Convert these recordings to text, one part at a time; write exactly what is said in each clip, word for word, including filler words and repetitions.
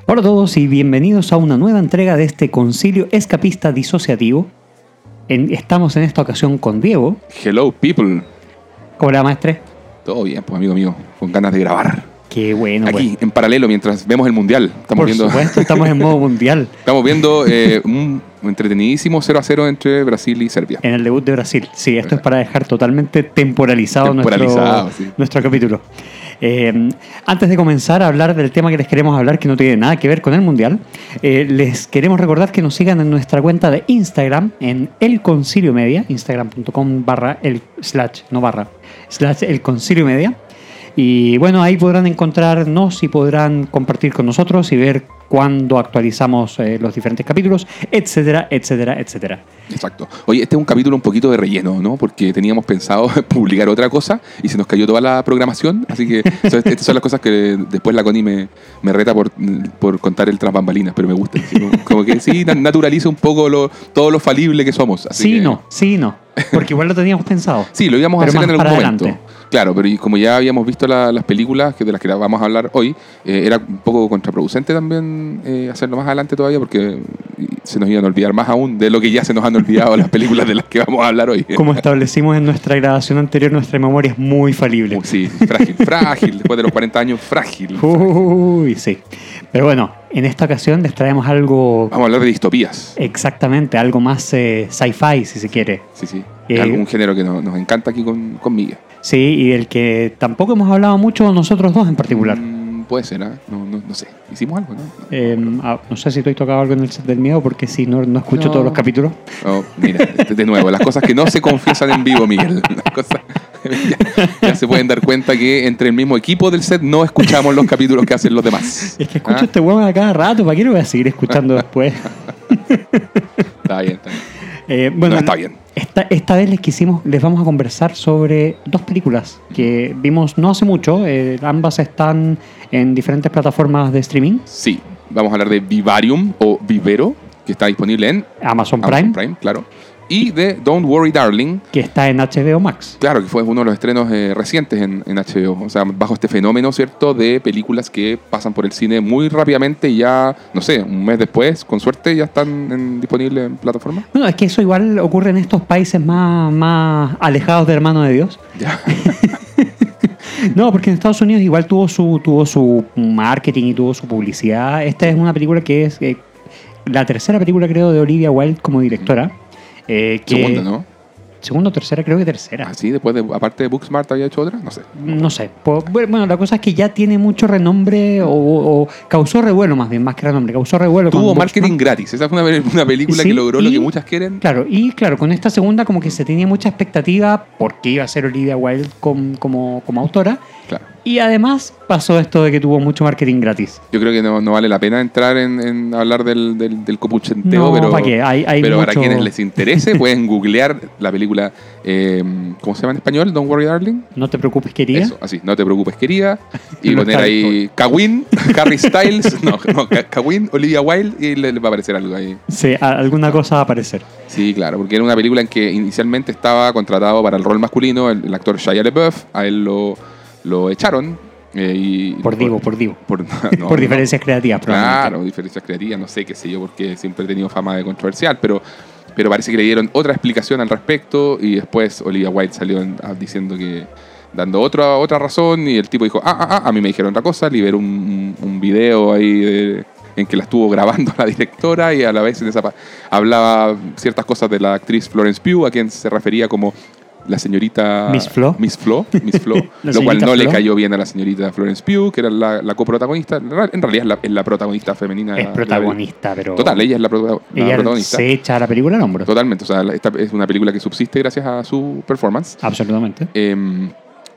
Hola a todos y bienvenidos a una nueva entrega de este concilio escapista disociativo. En, estamos en esta ocasión con Diego. Hello people. ¿Cómo le va, maestre? Todo bien, pues amigo mío, con ganas de grabar. Qué bueno. Aquí, pues. en paralelo, mientras vemos el mundial. Estamos Por viendo, supuesto, estamos en modo mundial. Estamos viendo eh, un entretenidísimo cero a cero entre Brasil y Serbia. En el debut de Brasil. Sí, esto es para dejar totalmente temporalizado, Temporalizado, nuestro, sí. nuestro capítulo. Eh, antes de comenzar a hablar del tema que les queremos hablar, que no tiene nada que ver con el mundial, eh, les queremos recordar que nos sigan en nuestra cuenta de Instagram, en El Concilio Media, instagram.com barra el slash, no barra, slash El Concilio Media. Y bueno, ahí podrán encontrarnos y podrán compartir con nosotros y ver cuándo actualizamos eh, los diferentes capítulos, etcétera, etcétera, etcétera. Exacto. Oye, este es un capítulo un poquito de relleno, ¿no? Porque teníamos pensado publicar otra cosa y se nos cayó toda la programación. Así que so, estas son las cosas que después la Connie me, me reta por, por contar el tras bambalinas, pero me gusta. ¿Sí? Como que sí, naturaliza un poco lo, todo lo falible que somos. Así sí, que... no, sí, no. Porque igual lo teníamos pensado. Sí, lo íbamos a hacer en algún momento. Adelante. Claro, pero como ya habíamos visto la, las películas que de las que vamos a hablar hoy, eh, era un poco contraproducente también eh, hacerlo más adelante todavía porque se nos iban a olvidar más aún de lo que ya se nos han olvidado las películas de las que vamos a hablar hoy. Como establecimos en nuestra grabación anterior, nuestra memoria es muy falible. Uy, sí, frágil, frágil. Después de los cuarenta años, frágil. Uy, sí. Pero bueno, en esta ocasión les traemos algo... Vamos a hablar de distopías. Exactamente, algo más eh, sci-fi, si se quiere. Sí, sí. Eh, Es algún género que nos, nos encanta aquí con, con Miguel. Sí, y del que tampoco hemos hablado mucho nosotros dos en particular. Mm, puede ser, ¿eh? No, no, no sé. Hicimos algo, ¿no? No, Eh, ah, no sé si tú has tocado algo en el set del miedo, porque si no, no escucho No. todos los capítulos. Oh, mira, de nuevo, las cosas que no se confiesan en vivo, Miguel. Las cosas, ya, ya se pueden dar cuenta que entre el mismo equipo del set no escuchamos los capítulos que hacen los demás. Es que escucho ¿Ah? este huevo a cada rato, ¿para qué lo voy a seguir escuchando después? Está bien, está bien. Eh, bueno, No, está bien. Esta, esta vez les quisimos, les vamos a conversar sobre dos películas que vimos no hace mucho. Eh, ambas están en diferentes plataformas de streaming. Sí, vamos a hablar de Vivarium o Vivero, que está disponible en Amazon Prime, Amazon Prime, claro. Y de Don't Worry Darling, que está en H B O Max. claro, que fue uno de los estrenos eh, recientes en, en H B O. O sea, bajo este fenómeno, ¿cierto?, de películas que pasan por el cine muy rápidamente y ya, no sé, un mes después, con suerte, ya están en, disponibles en plataforma. Bueno, es que eso igual ocurre en estos países más, más alejados de hermano de Dios. Ya. No, porque en Estados Unidos igual tuvo su, tuvo su marketing y tuvo su publicidad. Esta es una película que es eh, la tercera película, creo, de Olivia Wilde como directora. Eh, que, Segunda, ¿no? Segunda o tercera, creo que tercera. Ah, sí, después de, aparte de Booksmart, ¿había hecho otra? No sé. No sé. Po- Bueno, la cosa es que ya tiene mucho renombre o, o causó revuelo más bien, más que renombre. Causó revuelo. Tuvo con marketing Booksmart. gratis. Esa fue una, una película Sí, que logró lo y- que muchas quieren. Claro, y claro, con esta segunda como que se tenía mucha expectativa porque iba a ser Olivia Wilde com- como, como autora. Claro. Y además pasó esto de que tuvo mucho marketing gratis. Yo creo que no, no vale la pena entrar en, en hablar del, del, del copuchenteo, No, pero, ¿para qué? Hay- hay pero para mucho- quienes les interese pueden googlear la película, eh, ¿cómo se llama en español? Don't Worry Darling. No te preocupes, querida. Eso, así, no te preocupes, querida. Y Lo poner está- ahí Kawin, Harry Styles, no, no Ka- Kawin, Olivia Wilde, y le, le va a aparecer algo ahí. Sí, a- alguna cosa va a aparecer. Sí, claro, porque era una película en que inicialmente estaba contratado para el rol masculino el, el actor Shia LaBeouf, a él lo, lo echaron. eh, y, Por divo, por divo. por, no, por no. diferencias creativas, probablemente. Claro, diferencias creativas, no sé qué sé yo, porque siempre he tenido fama de controversial, pero, pero parece que le dieron otra explicación al respecto y después Olivia Wilde salió en- a- diciendo que, dando otra, otra razón y el tipo dijo, ah, ah, ah, a mí me dijeron otra cosa, liberó un, un, un video ahí de- en que la estuvo grabando la directora y a la vez en esa pa- hablaba ciertas cosas de la actriz Florence Pugh, a quien se refería como la señorita... Miss Flo. Miss Flo, Miss Flo, La lo cual señorita no le Flo. cayó bien a la señorita Florence Pugh, que era la, la coprotagonista. En realidad es la, es la protagonista femenina. Es protagonista, pero... Total, ella es la, prota- la Ella protagonista. se echa la película al hombro. Totalmente, o sea, la- esta es una película que subsiste gracias a su performance. Absolutamente. Eh,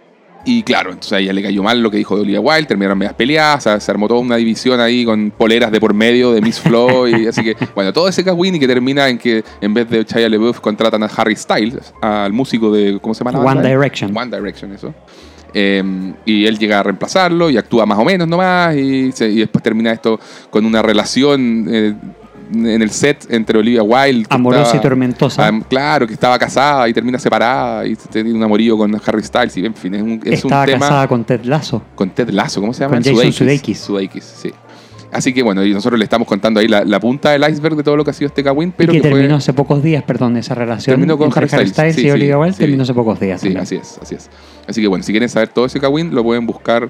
y claro, entonces a ella le cayó mal lo que dijo de Olivia Wilde, terminaron medias peleadas, o sea, se armó toda una división ahí con poleras de por medio de Miss Flo, y así que, bueno, todo ese cagüín y que termina en que en vez de Shia LaBeouf contratan a Harry Styles, al músico de, ¿cómo se llama? la One banda? Direction. One Direction, eso. Eh, y él llega a reemplazarlo y actúa más o menos nomás y, se- y después termina esto con una relación eh, en el set entre Olivia Wilde, que Amorosa estaba- y tormentosa. ah, claro, que estaba casada y termina separada y tiene un amorío con Harry Styles y en fin, es un, es un Estaba tema casada con Ted Lasso. con Ted Lasso, ¿cómo se llama? Con Jason Sudeikis. Sudeikis, sí. Así que bueno, y nosotros le estamos contando ahí la, la punta del iceberg de todo lo que ha sido este Kawin, pero y que, que terminó fue... hace pocos días, perdón, esa relación Terminó con entre Harry Styles, Styles sí, y sí, Olivia Wilde, sí. terminó hace pocos días. Sí, también. así es, así es. Así que bueno, si quieren saber todo ese Kawin, lo pueden buscar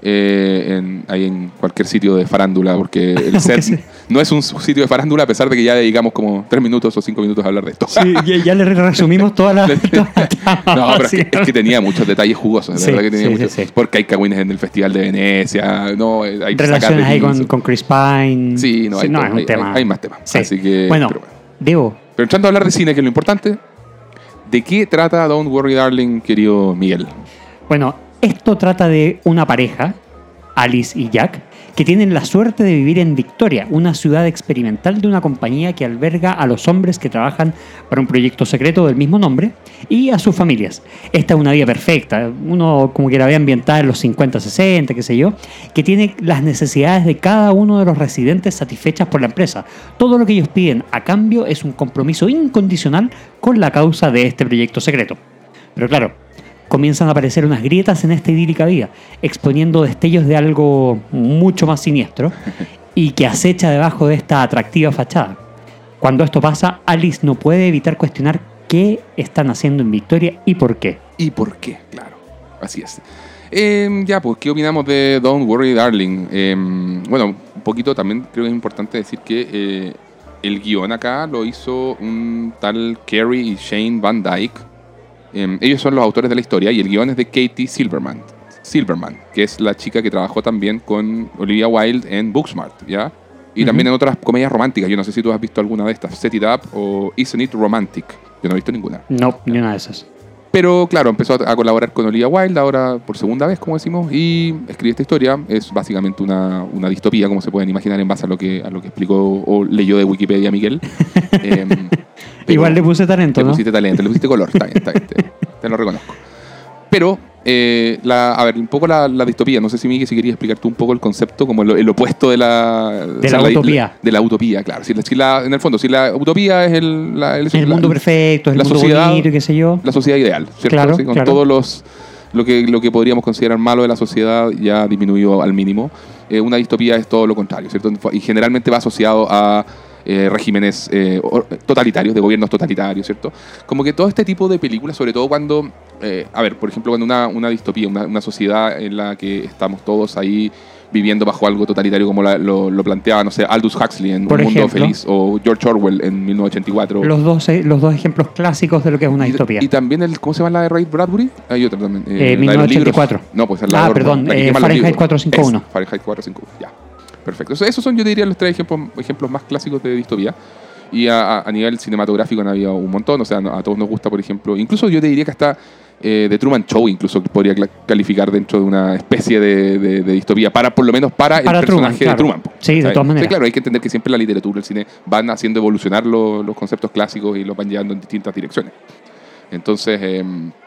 eh, en, ahí en cualquier sitio de farándula, porque el set sí. no es un sitio de farándula, a pesar de que ya dedicamos como tres minutos o cinco minutos a hablar de esto. Sí, ya, ya le resumimos toda la... toda la trama, No, pero es sí. que, es que tenía muchos detalles jugosos, de Sí, verdad que tenía sí, muchos. sí, sí. Porque hay Kawines en el Festival de Venecia, no, hay que sacar Relaciones de ahí con, piso. con Chris Pine. Sí, no, hay, no todo, es un hay, tema. hay, hay más temas. Sí. Así que, bueno, pero, bueno. Diego, Pero entrando a hablar de cine, que es lo importante, ¿de qué trata Don't Worry Darling, querido Miguel? bueno, esto trata de una pareja, Alice y Jack, que tienen la suerte de vivir en Victoria, una ciudad experimental de una compañía que alberga a los hombres que trabajan para un proyecto secreto del mismo nombre y a sus familias. Esta es una vida perfecta, uno como que la ve ambientada en los cincuenta, sesenta, qué sé yo, que tiene las necesidades de cada uno de los residentes satisfechas por la empresa. Todo lo que ellos piden a cambio es un compromiso incondicional con la causa de este proyecto secreto. Pero claro, comienzan a aparecer unas grietas en esta idílica vida, exponiendo destellos de algo mucho más siniestro y que acecha debajo de esta atractiva fachada. Cuando esto pasa, Alice no puede evitar cuestionar qué están haciendo en Victoria y por qué. ¿Y por qué? Claro, así es. Eh, ya, pues, ¿qué opinamos de Don't Worry Darling? Eh, bueno, un poquito también creo que es importante decir que eh, el guión acá lo hizo un tal Kerry y Shane Van Dyke. Eh, ellos son los autores de la historia y el guión es de Katie Silverman, Silverman, que es la chica que trabajó también con Olivia Wilde en Booksmart, ¿ya? Y uh-huh. también en otras comedias románticas. Yo no sé si tú has visto alguna de estas, Set It Up o Isn't It Romantic. Yo no he visto ninguna. No, ni una de esas. Pero claro, empezó a, a colaborar con Olivia Wilde ahora por segunda vez, como decimos, y escribe esta historia. Es básicamente una, una distopía, como se pueden imaginar, en base a lo que, a lo que explicó o leyó de Wikipedia Miguel. eh, Igual le puse talento, le ¿no? Le pusiste talento, le pusiste color, está bien, está bien, te, te lo reconozco. Pero, eh, la, a ver, un poco la, la distopía, no sé si Miguel, si querías explicar tú un poco el concepto, como el, el opuesto de la... De o sea, la utopía. La, de la utopía, claro. Si la, si la, en el fondo, si la utopía es el... La, el, el la, mundo perfecto, el la mundo sociedad, bonito, qué sé yo. La sociedad ideal, ¿cierto? Claro, ¿sí? Con claro. todos los... Lo que, lo que podríamos considerar malo de la sociedad ya disminuido al mínimo. Eh, una distopía es todo lo contrario, ¿cierto? Y generalmente va asociado a... Eh, regímenes eh, totalitarios, de gobiernos totalitarios, ¿cierto? Como que todo este tipo de películas, sobre todo cuando, eh, a ver, por ejemplo, cuando una, una distopía, una, una sociedad en la que estamos todos ahí viviendo bajo algo totalitario, como la, lo, lo planteaba, no sé, Aldous Huxley en por Un ejemplo, Mundo Feliz, o George Orwell en mil novecientos ochenta y cuatro. Los dos, los dos ejemplos clásicos de lo que es una y, distopía. Y también, el, ¿cómo se llama la de Ray Bradbury? Hay otra también. Eh, eh, mil novecientos ochenta y cuatro. No, pues es la Ah, de perdón, la que eh, Fahrenheit cuatrocientos cincuenta y uno. Es, Fahrenheit cuatrocientos cincuenta y uno, ya. Perfecto. Esos son, yo diría, los tres ejemplos, ejemplos más clásicos de distopía. Y a, a nivel cinematográfico han habido un montón. O sea, a todos nos gusta, por ejemplo, incluso yo te diría que hasta eh, The Truman Show incluso podría calificar dentro de una especie de, de, de distopía, para por lo menos para, para el Truman, personaje claro. de Truman. Sí, de ¿sabes? todas maneras. Sí, claro, hay que entender que siempre la literatura, el cine, van haciendo evolucionar lo, los conceptos clásicos y los van llevando en distintas direcciones. Entonces... Eh,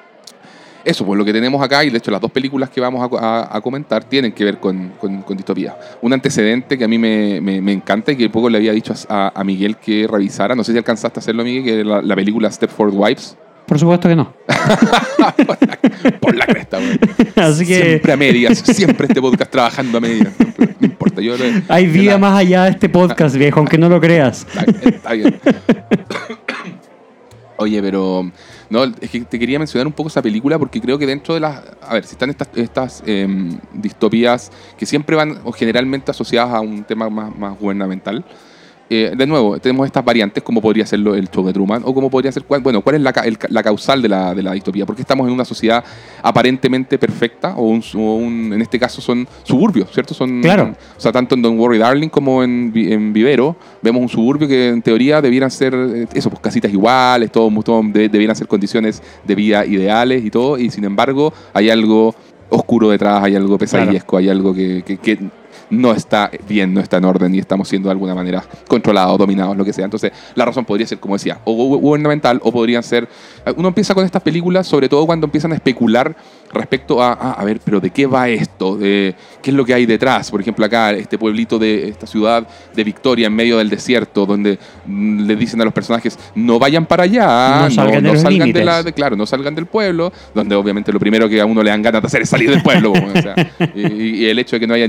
Eso, pues lo que tenemos acá, y de hecho las dos películas que vamos a, a, a comentar tienen que ver con, con, con distopía. Un antecedente que a mí me, me, me encanta y que poco le había dicho a, a Miguel que revisara, no sé si alcanzaste a hacerlo, Miguel, que es la, la película Stepford Wives. Por supuesto que no. por, la, por la cresta, güey. Así que... Siempre a medias, siempre este podcast trabajando a medias. No importa. Yo le, Hay vida la... más allá de este podcast, viejo, aunque no lo creas. Está, está bien. Oye, pero... No, es que te quería mencionar un poco esa película porque creo que dentro de las... A ver, si están estas, estas eh, distopías que siempre van o generalmente asociadas a un tema más, más gubernamental, eh, de nuevo, tenemos estas variantes como podría ser el show de Truman o como podría ser... Bueno, ¿cuál es la, el, la causal de la, de la distopía? Porque estamos en una sociedad aparentemente perfecta o, un, o un, en este caso son suburbios, ¿cierto? Son, claro. O sea, tanto en Don't Worry Darling como en, en Vivero vemos un suburbio que en teoría debieran ser eso, pues casitas iguales, todo, todo de, debieran ser condiciones de vida ideales y todo, y sin embargo hay algo oscuro detrás, hay algo pesadillesco, claro. Hay algo que, que, que no está bien, no está en orden y estamos siendo de alguna manera controlados, dominados, lo que sea. Entonces, la razón podría ser, como decía, o gubernamental o podrían ser... Uno empieza con estas películas, sobre todo cuando empiezan a especular respecto a, a, a ver, pero ¿de qué va esto? ¿De qué es lo que hay detrás? Por ejemplo, acá, este pueblito de esta ciudad de Victoria, en medio del desierto, donde mm, le dicen a los personajes, no vayan para allá, no salgan, no, de, no salgan de la... De, claro, no salgan del pueblo, donde obviamente lo primero que a uno le dan ganas de hacer es salir del pueblo. O sea, y, y el hecho de que no haya ninguna barrera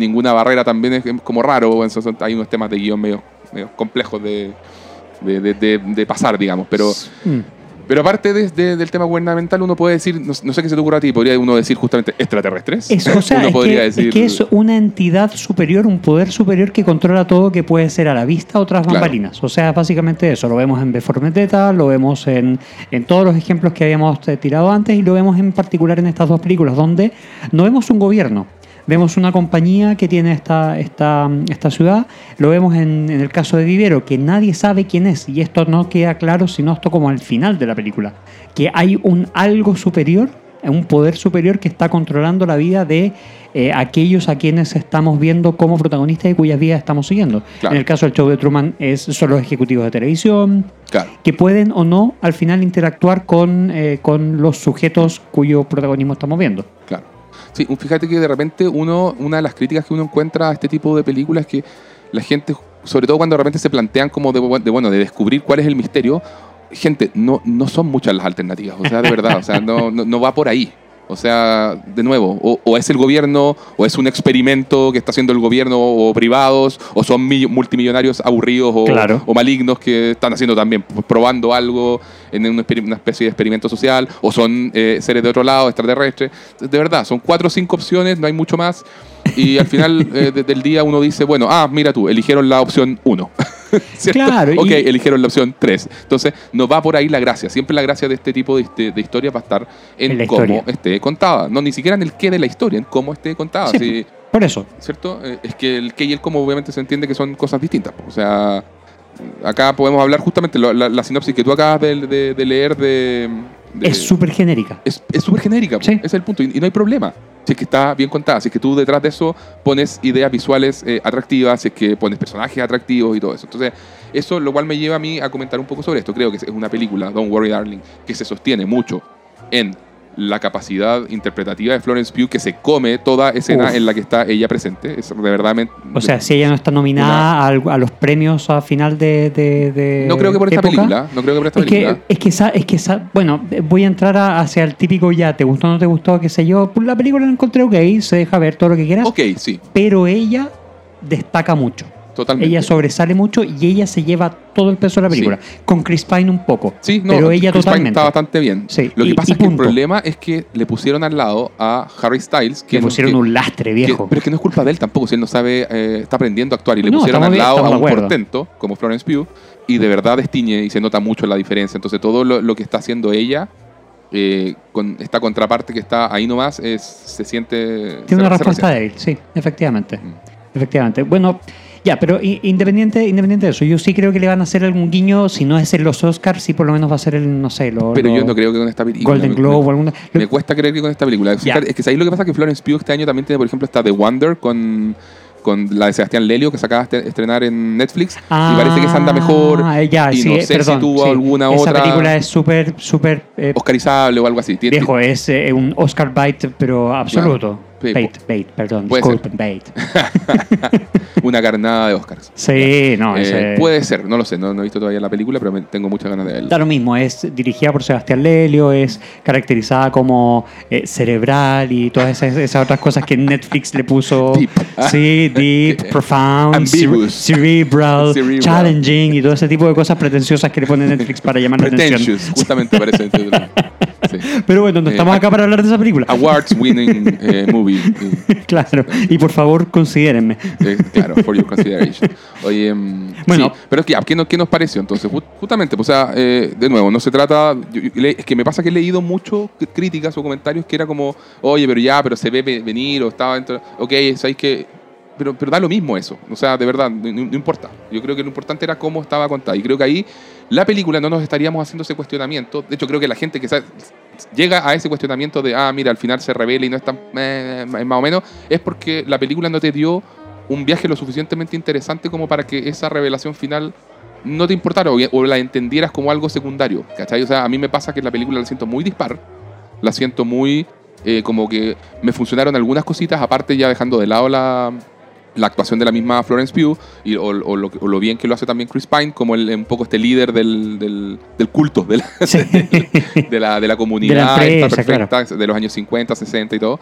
carrera también es como raro. Bueno, son, hay unos temas de guión medio, medio complejos de, de, de, de, de pasar, digamos. Pero, mm. pero aparte de, de, del tema gubernamental, uno puede decir, no, no sé qué se te ocurre a ti, podría uno decir justamente extraterrestres. Eso, o sea, uno es, podría que, decir, es que es una entidad superior, un poder superior que controla todo, que puede ser a la vista o tras bambalinas. Claro. O sea, básicamente eso. Lo vemos en V for Vendetta, lo vemos en, en todos los ejemplos que habíamos tirado antes y lo vemos en particular en estas dos películas, donde no vemos un gobierno. Vemos una compañía que tiene esta, esta, esta ciudad, lo vemos en, en el caso de Vivero, que nadie sabe quién es, y esto no queda claro sino esto como al final de la película, que hay un algo superior, un poder superior que está controlando la vida de eh, aquellos a quienes estamos viendo como protagonistas y cuyas vidas estamos siguiendo. Claro. En el caso del show de Truman es, son los ejecutivos de televisión, claro, que pueden o no al final interactuar con, eh, con los sujetos cuyo protagonismo estamos viendo. Claro. Sí, fíjate que de repente uno, una de las críticas que uno encuentra a este tipo de películas es que la gente, sobre todo cuando de repente se plantean como de, de bueno, de descubrir cuál es el misterio, gente, no, no son muchas las alternativas, o sea, de verdad, o sea, no, no, no va por ahí. O sea, de nuevo, o, o es el gobierno, o es un experimento que está haciendo el gobierno, o privados, o son multimillonarios aburridos o, claro, o malignos que están haciendo también, probando algo en una, una especie de experimento social, o son eh, seres de otro lado, extraterrestres. De verdad, son cuatro o cinco opciones, no hay mucho más. Y al final eh, de, del día uno dice, bueno, ah, mira tú, eligieron la opción uno. Claro. Ok, y... eligieron la opción tres. Entonces, no va por ahí la gracia. Siempre la gracia de este tipo de, de, de historia va a estar en, en cómo historia. esté contada. No, ni siquiera en el qué de la historia, en cómo esté contada. Sí, sí. Por eso. ¿Cierto? Eh, es que el qué y el cómo obviamente se entiende que son cosas distintas. O sea, acá podemos hablar justamente la, la, la sinopsis que tú acabas de, de, de leer de... De, es súper genérica. Es súper genérica, sí. Ese es el punto. Y, y no hay problema. Si es que está bien contada, si es que tú detrás de eso pones ideas visuales eh, atractivas, si es que pones personajes atractivos y todo eso. Entonces, eso lo cual me lleva a mí a comentar un poco sobre esto. Creo que es una película, Don't Worry Darling, que se sostiene mucho en la capacidad interpretativa de Florence Pugh, que se come toda escena Uf. en la que está ella presente. Es de verdad... Me, o sea, si ella no está nominada una... a, a los premios a final de, de, de No creo que por esta época. película. No creo que por esta es película. Que, es que esa, es que esa, bueno, voy a entrar a, hacia el típico ya, ¿te gustó o no te gustó? Qué sé yo. La película la encontré ok, se deja ver todo lo que quieras. Ok, sí. Pero ella destaca mucho. Totalmente. Ella sobresale mucho y ella se lleva todo el peso de la película. Sí. Con Chris Pine un poco. Sí, no, pero ella Chris totalmente. Pine está bastante bien. Sí. Lo que y, pasa y es que punto. el problema es que le pusieron al lado a Harry Styles. Que le pusieron que, un lastre, viejo. Que, pero es que no es culpa de él tampoco, si él no sabe, eh, está aprendiendo a actuar. Y le no, pusieron al lado a un portento, como Florence Pugh, y de verdad destiñe y se nota mucho la diferencia. Entonces todo lo, lo que está haciendo ella, eh, con esta contraparte que está ahí nomás, es, se siente... Tiene una respuesta débil, sí, efectivamente. Mm. Efectivamente. Bueno... Ya, pero independiente, independiente de eso, yo sí creo que le van a hacer algún guiño, si no es en los Oscars, sí por lo menos va a ser el, no sé, lo, Pero lo yo no creo que con esta película. Golden Globe o alguna... Me cuesta creer que con esta película. Ya. Es que ahí lo que pasa es que Florence Pugh este año también tiene, por ejemplo, esta The Wonder con... con la de Sebastián Lelio que se acaba de estrenar en Netflix ah, y parece que se anda mejor ya, y sí, no sé perdón, si tuvo sí. alguna esa otra... Esa película es súper, súper... Eh, oscarizable o algo así. Viejo, es eh, un Oscar bait, pero absoluto. Claro. Bait, bait, perdón, disculpen, bait. Una carnada de Oscars. Sí, no, eh, ese... puede ser, no lo sé, no, no he visto todavía la película, pero me, tengo muchas ganas de verla. Da lo mismo, es dirigida por Sebastián Lelio, es caracterizada como eh, cerebral y todas esas, esas otras cosas que Netflix le puso. Deep. Sí, deep, profound, ambiguous, cerebral, cerebral, challenging y todo ese tipo de cosas pretenciosas que le pone Netflix para llamar la atención. Pretentious, justamente parece el título. Sí. Pero bueno, no estamos eh, acá para hablar de esa película. Awards winning eh, movie. Claro, y por favor considérenme. Eh, claro, for your consideration. Oye, um, bueno, sí, pero es que, ¿qué, no, ¿qué nos pareció entonces? Justamente, pues, o sea, eh, de nuevo, no se trata. Yo, yo, es que me pasa que he leído mucho críticas o comentarios que era como, oye, pero ya, pero se ve venir o estaba dentro. Ok, sabéis que. Pero, pero da lo mismo eso. O sea, de verdad, no, no importa. Yo creo que lo importante era cómo estaba contada. Y creo que ahí la película no nos estaríamos haciendo ese cuestionamiento. De hecho, creo que la gente que sabe, llega a ese cuestionamiento de, ah, mira, al final se revela y no es tan... Eh, más o menos, es porque la película no te dio un viaje lo suficientemente interesante como para que esa revelación final no te importara o, o la entendieras como algo secundario. ¿Cachai? O sea, a mí me pasa que la película la siento muy dispar. La siento muy... Eh, como que me funcionaron algunas cositas, aparte ya dejando de lado la... la actuación de la misma Florence Pugh y, o, o, lo, o lo bien que lo hace también Chris Pine como el, un poco este líder del, del, del culto de la, sí. de, de, la, de la comunidad de la empresa, perfecta, claro. de los años cincuenta, sesenta y todo.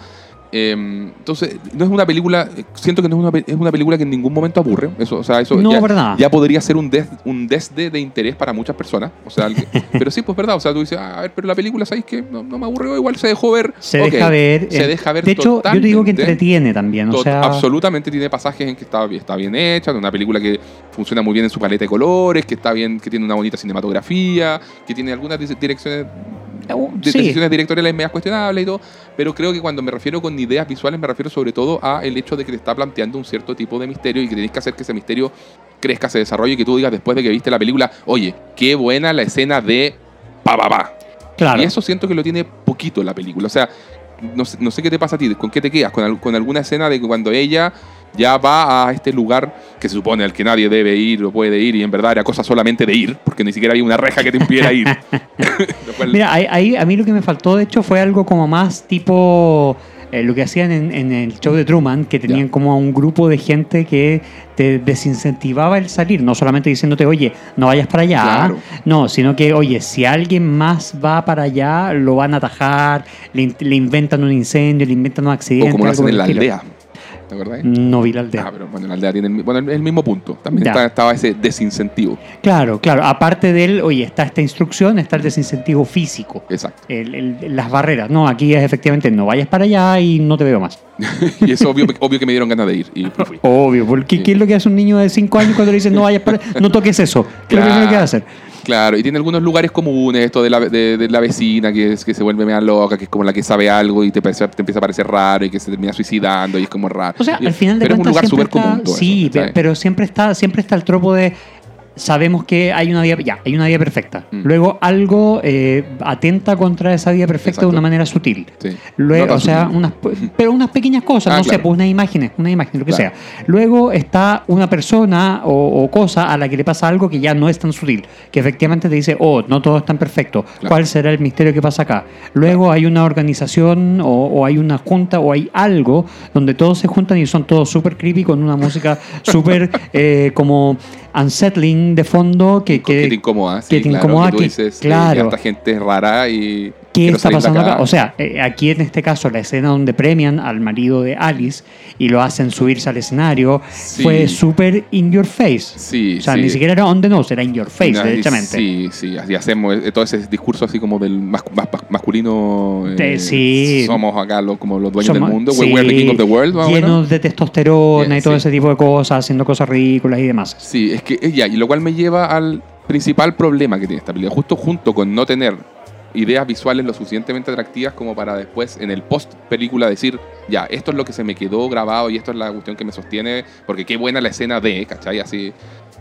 Eh, entonces, no es una película, siento que no es una, es una película que en ningún momento aburre. Eso, o sea, eso No, ya, verdad. ya podría ser un, des, un desde de interés para muchas personas. O sea, pero sí, pues verdad. O sea, tú dices, ah, a ver, pero la película, ¿sabes qué? No, no me aburrió, igual se dejó ver. Se okay, deja ver. Se eh, deja ver De hecho, yo te digo que entretiene también. O Tot, sea, absolutamente tiene pasajes en que está, está bien hecha, una película que funciona muy bien en su paleta de colores, que está bien, que tiene una bonita cinematografía, que tiene algunas direcciones, Uh, de, sí. decisiones directoriales medias cuestionables y todo, pero creo que cuando me refiero con ideas visuales me refiero sobre todo a el hecho de que te está planteando un cierto tipo de misterio y que tenés que hacer que ese misterio crezca, se desarrolle y que tú digas después de que viste la película, oye, qué buena la escena de pa pa pa. Claro. Y eso siento que lo tiene poquito la película. O sea, no sé, no sé qué te pasa a ti, ¿con qué te quedas? ¿Con, al, con alguna escena de que cuando ella ya va a este lugar que se supone al que nadie debe ir o puede ir y en verdad era cosa solamente de ir, porque ni siquiera había una reja que te impidiera ir? cual... Mira, ahí, ahí a mí lo que me faltó, de hecho, fue algo como más tipo eh, lo que hacían en, en el show de Truman, que tenían Ya. como a un grupo de gente que te desincentivaba el salir, no solamente diciéndote, oye, no vayas para allá, Claro. no, sino que, oye, si alguien más va para allá, lo van a atajar, le, le inventan un incendio, le inventan un accidente. O como lo algo hacen por en el la estilo. aldea. ¿Te acordás? No vi la aldea. Ah, pero bueno, la aldea tiene el, bueno, el mismo punto. También Ya. está, estaba ese desincentivo. Claro, claro. Aparte de él, oye, está esta instrucción, está el desincentivo físico. Exacto. El- el- las barreras. No, aquí es efectivamente no vayas para allá y no te veo más. Y eso obvio, obvio que me dieron ganas de ir. Y fui. Obvio, porque Sí. ¿qué es lo que hace un niño de cinco años cuando le dicen no vayas para no toques eso? ¿Qué es lo primero que va a hacer? Claro, y tiene algunos lugares comunes, esto de la, de, de la vecina que, es, que se vuelve media loca, que es como la que sabe algo y te, parece- te empieza a parecer raro y que se termina suicidando y es como raro. O sea, Y- al final de pero es un cuentas lugar siempre súper está, común todo sí, eso, pe- ¿sabes? pero siempre está, siempre está el tropo de sabemos que hay una vía, ya, hay una vía perfecta. Mm. Luego algo eh, atenta contra esa vía perfecta Exacto. de una manera sutil. Sí. Luego, No tan o sea, sutil. unas, pero unas pequeñas cosas, Ah, no sé, claro. pues unas imágenes, unas imágenes, lo que Claro. sea. Luego está una persona o, o cosa a la que le pasa algo que ya no es tan sutil, que efectivamente te dice, oh, no todo es tan perfecto. Claro. ¿Cuál será el misterio que pasa acá? Luego hay una organización o, o hay una junta o hay algo donde todos se juntan y son todos súper creepy con una música súper eh, como unsettling de fondo que, que, que, que te incomoda, sí, que te claro, incomoda, que tú que- dices, eh, claro. ya esta gente es rara y ¿Qué quiero está salir de pasando acá? acá. O sea, eh, aquí en este caso, la escena donde premian al marido de Alice y lo hacen subirse al escenario Sí. fue súper in your face. Sí, O sea, sí. ni siquiera era on the nose, era in your face, Una- derechamente. Sí, sí, así hacemos eh, todo ese discurso así como del mas- mas- masculino. eh, Te- sí. Somos acá los, como los dueños Somos- del mundo. sí, We're the king of the world, más o llenos menos. de testosterona Bien, y todo sí. ese tipo de cosas, haciendo cosas ridículas y demás. Sí, es que eh, ya, y lo cual me lleva al principal problema que tiene esta película, justo junto con no tener ideas visuales lo suficientemente atractivas como para después en el post película decir, ya, esto es lo que se me quedó grabado y esto es la cuestión que me sostiene, porque qué buena la escena de, ¿cachai? Así.